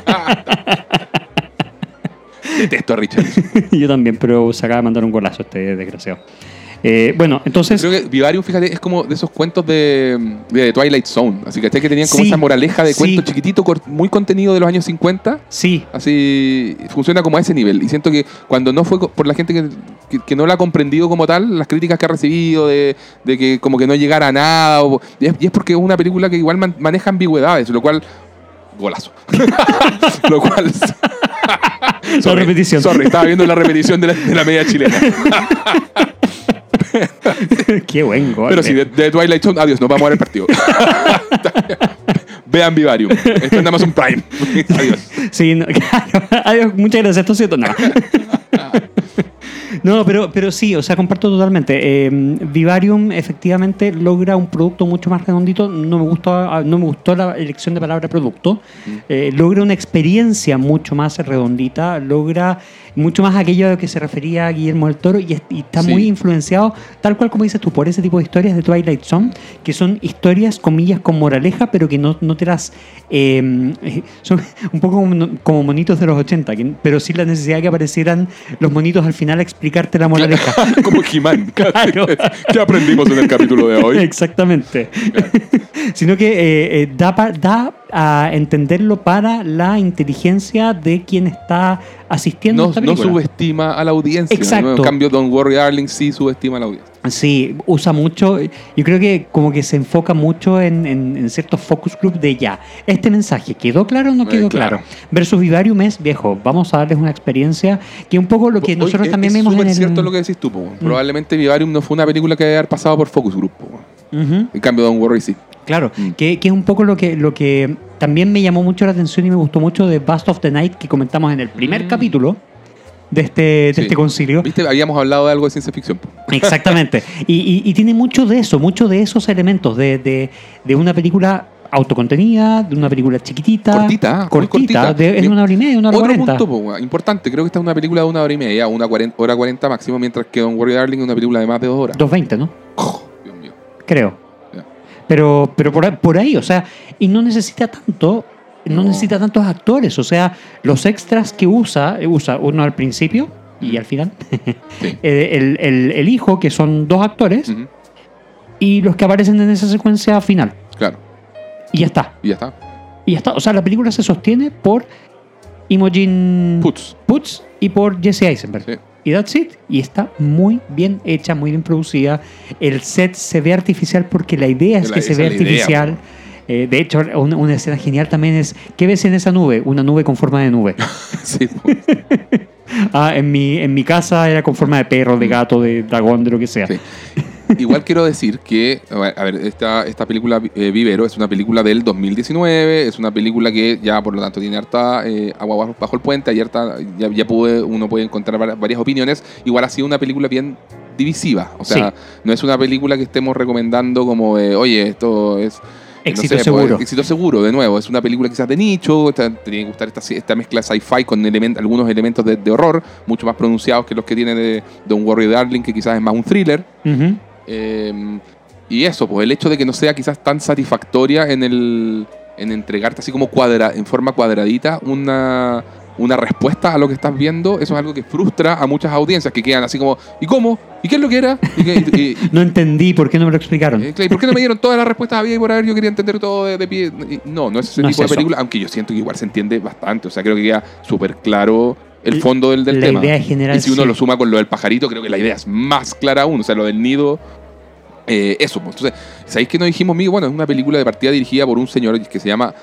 Detesto a Richarlison. Yo también, pero se acaba de mandar un golazo este desgraciado. Eh, bueno, entonces... Creo que Vivarium, fíjate, es como de esos cuentos de, de Twilight Zone. Así que que tenían como sí, esa moraleja de sí. cuento chiquitito, muy contenido de los años cincuenta. Sí. Así funciona como a ese nivel. Y siento que cuando no fue por la gente que, que, que no la ha comprendido como tal, las críticas que ha recibido de, de que como que no llegara a nada. O, y, es, y es porque es una película que igual man, maneja ambigüedades, lo cual... Golazo. Lo cual... sorry, la repetición. Sorry, estaba viendo la repetición de la, de la media chilena. Qué buen gol. Pero sí, de, de Twilight Zone, adiós, nos vamos a ver el partido. Vean Vivarium. Esto es Amazon Prime. Adiós. Sí, no, claro. Adiós, muchas gracias. Esto es cierto. No. No, pero, pero sí, o sea, comparto totalmente. Eh, Vivarium efectivamente logra un producto mucho más redondito. No me gustó, no me gustó la elección de palabra producto. Eh, logra una experiencia mucho más redondita. Logra mucho más aquello a lo que se refería a Guillermo del Toro y, y está sí. muy influenciado, tal cual como dices tú, por ese tipo de historias de Twilight Zone, que son historias, comillas, con moraleja, pero que no, no te las... Eh, son un poco como, como monitos de los ochenta, que, pero sin la necesidad de que aparecieran los monitos al final a explicarte la moraleja. Como He-Man. Claro. ¿Qué aprendimos en el capítulo de hoy? Exactamente. Claro. Sino que eh, eh, da, pa, da a entenderlo para la inteligencia de quien está asistiendo no, a esta película. No subestima a la audiencia. Exacto. ¿no? En cambio, Don't Worry Darling sí subestima a la audiencia. Sí, usa mucho. Yo creo que como que se enfoca mucho en, en, en ciertos focus group de ya. ¿Este mensaje quedó claro o no quedó eh, claro. claro? Versus Vivarium es, viejo, vamos a darles una experiencia que un poco lo que nosotros Oye, también es vemos en el... Es súper cierto lo que decís tú, po. Mm. Probablemente Vivarium no fue una película que debe haber pasado por focus group, po. Uh-huh. En cambio, Don't Worry sí. Claro, mm. que, que es un poco lo que, lo que también me llamó mucho la atención y me gustó mucho de Bust of the Night que comentamos en el primer mm. capítulo, de este, de Sí. este concilio. ¿Viste? Habíamos hablado de algo de ciencia ficción. Exactamente. Y, y- y tiene mucho de eso, mucho de esos elementos, de, de, de una película autocontenida, de una película chiquitita. Cortita, muy cortita. cortita. de- es Mi- una hora y media, una hora Otro cuarenta. punto, po, weón, importante, creo que esta es una película de una hora y media, una cuarenta, hora cuarenta máximo, mientras que Don't Worry Darling es una película de más de dos horas. dos veinte, ¿no? Oh, Dios mío. Creo. Ya. Pero, pero por, ahí- por ahí, o sea, y no necesita tanto, no, No. necesita tantos actores, o sea, los extras que usa, usa uno al principio y al final, Sí. Eh, el, el- el hijo, que son dos actores, Ujú, y los que aparecen en esa secuencia final. Claro. Y ya está. Y ya está. Y ya está. O sea, la película se sostiene por Imogen Putz. Putz y por Jesse Eisenberg. Sí. Y that's it. Y está muy bien hecha, muy bien producida. El set se ve artificial porque la idea es La- que se esa ve es la idea, artificial. Eh, de hecho, una, una escena genial también es, ¿qué ves en esa nube? Una nube con forma de nube. Sí, po. Ah, en mi, en mi casa era con forma de perro, de gato, de dragón, de lo que sea. Sí. Igual quiero decir que, a ver, esta, esta película eh, Vivero es una película del dos mil diecinueve, es una película que ya por lo tanto tiene harta eh, agua bajo, bajo el puente, hay harta, ya, ya pude, uno puede encontrar var- varias opiniones. Igual ha sido una película bien divisiva, o sea, Sí. no es una película que estemos recomendando como de, oye, esto es... Éxito pues, seguro. éxito seguro, de nuevo. Es una película quizás de nicho, esta- te tiene que gustar esta, esta mezcla sci-fi con element- algunos elementos de, de horror, mucho más pronunciados que los que tiene de Don't Worry Darling, que quizás es más un thriller. Ujú. Eh, y eso, pues el hecho de que no sea quizás tan satisfactoria en el en entregarte así como cuadra, en forma cuadradita una, una respuesta a lo que estás viendo, eso es algo que frustra a muchas audiencias que quedan así como, ¿y cómo? ¿Y qué es lo que era? ¿Y, qué- y- y- No entendí por qué no me lo explicaron. eh, claro, ¿y por qué no me dieron todas las respuestas había y por haber? Yo quería entender todo de, de pie. Y no, no es ese No tipo es de eso. película, aunque yo siento que igual se entiende bastante. O sea, creo que queda súper claro el L- fondo del, del la tema. idea general, y si uno sí. lo suma con lo del pajarito, creo que la idea es más clara aún. O sea, lo del nido. eh, eso, pues. Entonces, ¿sabéis que nos dijimos, amigo? Bueno, es una película de partida dirigida por un señor que se llama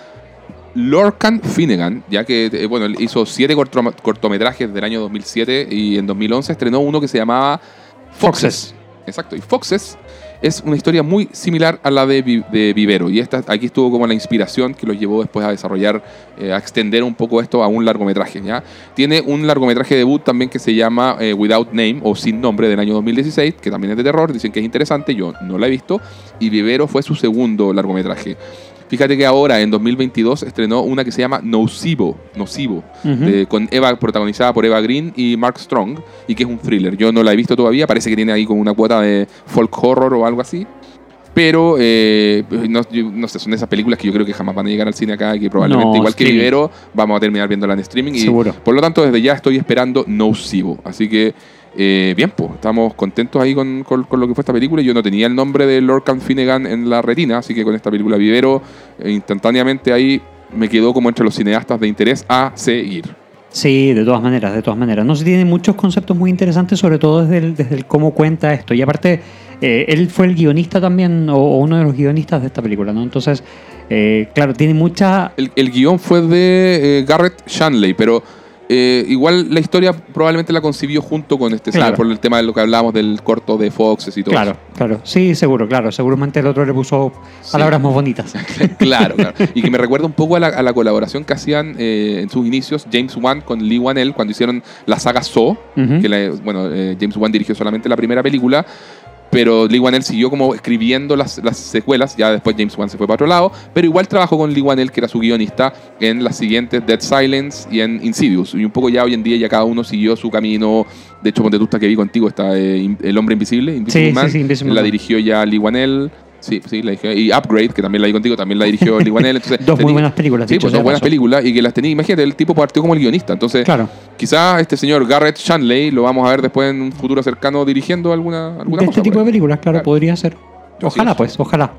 Lorcan Finnegan, ya que eh, bueno, él hizo siete cortoma- cortometrajes del año dos mil siete y en dos mil once estrenó uno que se llamaba Foxes. Foxes. Exacto, y Foxes es una historia muy similar a la de, Vi- de Vivero. Y esta, aquí estuvo como la inspiración que los llevó después a desarrollar, eh, a extender un poco esto a un largometraje. ¿ya? Tiene un largometraje debut también que se llama eh, Without Name o Sin Nombre del año dos mil dieciséis, que también es de terror, dicen que es interesante, yo no la he visto. Y Vivero fue su segundo largometraje. Fíjate que ahora, en dos mil veintidós, estrenó una que se llama Nocivo, Nocivo Ujú. de- con Eva, protagonizada por Eva Green y Mark Strong, y que es un thriller. Yo no la he visto todavía, parece que tiene ahí como una cuota de folk horror o algo así. Pero, eh, no, yo- no sé, son esas películas que yo creo que jamás van a llegar al cine acá y que probablemente, No, igual que streaming. Vivero, vamos a terminar viéndola en streaming. Y Seguro. por lo tanto, desde ya estoy esperando Nocivo. Así que, eh, bien, pues, estamos contentos ahí con, con- con lo que fue esta película. Yo no tenía el nombre de Lorcan Finnegan en la retina, así que con esta película Vivero, eh, instantáneamente ahí me quedó como entre los cineastas de interés a seguir. Sí, de todas maneras, de todas maneras. No se tiene muchos conceptos muy interesantes, sobre todo desde el, desde el cómo cuenta esto. Y aparte, eh, él fue el guionista también, o, o uno de los guionistas de esta película, ¿no? Entonces, eh, claro, tiene mucha... El, el guión fue de eh, Garrett Shanley, pero eh, igual la historia probablemente la concibió junto con este señor, Claro. por el tema de lo que hablábamos del corto de Foxes y todo Claro, claro. Sí, seguro, claro. Seguramente el otro le puso palabras más bonitas. eso. Claro, claro. Y que me recuerda un poco a la, a la colaboración que hacían eh, en sus inicios James Wan con Lee Wanell cuando hicieron la saga Saw, Ujú. que la- bueno, eh, James Wan dirigió solamente la primera película, pero Lee Wanell siguió como escribiendo las, las secuelas, ya después James Wan se fue para otro lado, pero igual trabajó con Lee Wanell, que era su guionista, en las siguientes Dead Silence y en Insidious. Y un poco ya hoy en día ya cada uno siguió su camino. De hecho, ponte tú esta que vi contigo, está eh, In- El Hombre Invisible, Invisible Sí, sí, Man, sí, Invisible la Man. dirigió ya Lee Wanell. Sí, sí, la dirigió. Y Upgrade, que también la vi contigo, también la dirigió Lee Wanell. Entonces, Dos muy tenía- buenas películas. Sí, dicho pues sea son de buenas paso. películas y que las tenía. Imagínate, el tipo partió como el guionista. Entonces, Claro. quizá este señor Garrett Shanley lo vamos a ver después en un futuro cercano dirigiendo alguna, alguna De cosa. este tipo por de ahí. películas, claro, Claro. podría ser. Así Ojalá, es. pues, ojalá.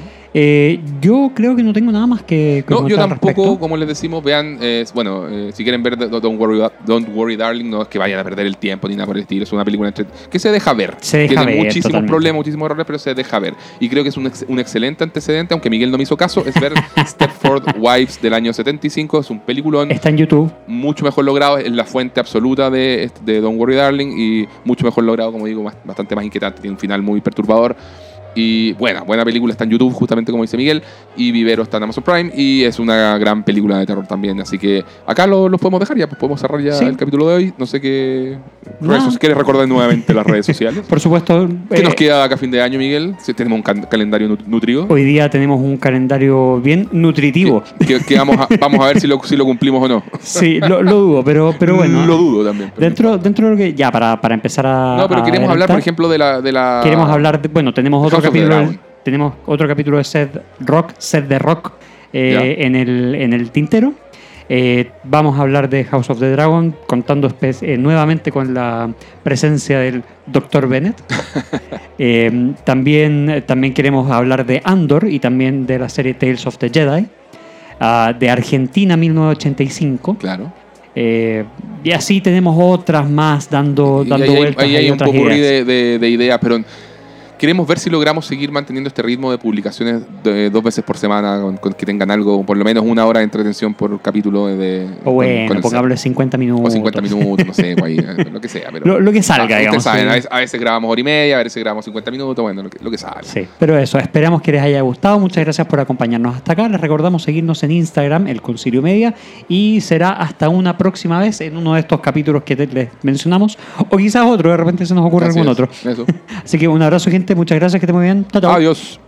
Eh, yo creo que no tengo nada más que, que No, yo comentar al tampoco, respecto. como les decimos, vean, eh, bueno, eh, si quieren ver Don't Don't Worry, Don't Worry Darling, no es que vayan a perder el tiempo ni nada por el estilo, es una película entre- que se deja ver. Se deja Tiene ver, muchísimos totalmente. problemas, muchísimos errores, pero se deja ver. Y creo que es un, ex- un excelente antecedente, aunque Miguel no me hizo caso, es ver Stepford Wives del año setenta y cinco, es un peliculón Está en YouTube. mucho mejor logrado, es la fuente absoluta de, de Don't Worry Darling y mucho mejor logrado, como digo, más- bastante más inquietante, tiene un final muy perturbador. Y buena, buena película, está en YouTube, justamente como dice Miguel. Y Vivero está en Amazon Prime. Y es una gran película de terror también. Así que acá lo, los podemos dejar ya, pues podemos cerrar ya Sí. el capítulo de hoy. No sé qué. No. Redes sociales. ¿Quieres recordar nuevamente las redes sociales? Por supuesto, ¿Qué eh, nos queda acá a fin de año, Miguel? Si tenemos un can- calendario nut- nutrido. hoy día tenemos un calendario bien nutritivo. Que, que- que vamos, a, vamos a ver si lo, si lo cumplimos o no. Sí, lo, lo dudo, pero, pero bueno. Lo dudo también. pero Dentro, no importa. dentro de lo que. Ya, para, para empezar a. No, pero a queremos hablar, por adelantar, ejemplo, de la. De la Queremos hablar de. Bueno, tenemos otro House of the capítulo. Dragon. Tenemos otro capítulo de Set Rock, Set de Rock eh, en, el, en el tintero. Eh, vamos a hablar de House of the Dragon, contando espe- eh, nuevamente con la presencia del doctor Bennett. Eh, también, también queremos hablar de Andor y también de la serie Tales of the Jedi, ah, de Argentina mil novecientos ochenta y cinco. Claro. Eh, y así tenemos otras más dando, Y dando ahí hay, vueltas. ahí hay hay un otras popurrí ideas. de, de- de ideas, pero queremos ver si logramos seguir manteniendo este ritmo de publicaciones de dos veces por semana, con, con que tengan algo, por lo menos una hora de entretención por capítulo de. O bueno, con- con el pongámosle cincuenta minutos. O cincuenta minutos, no sé, por ahí, eh, lo que sea. Pero, Lo- lo que salga, ustedes digamos, saben, sí. a veces, a veces grabamos hora y media, a veces grabamos cincuenta minutos, bueno, lo que, lo que salga. Sí, pero eso, esperamos que les haya gustado. Muchas gracias por acompañarnos hasta acá. Les recordamos seguirnos en Instagram, El Concilio Media, y será hasta una próxima vez en uno de estos capítulos que te- les mencionamos, o quizás otro, de repente se nos ocurre Así algún es, otro. Eso. Así que un abrazo, gente, muchas gracias, que estén muy bien. Chao, chao. Adiós.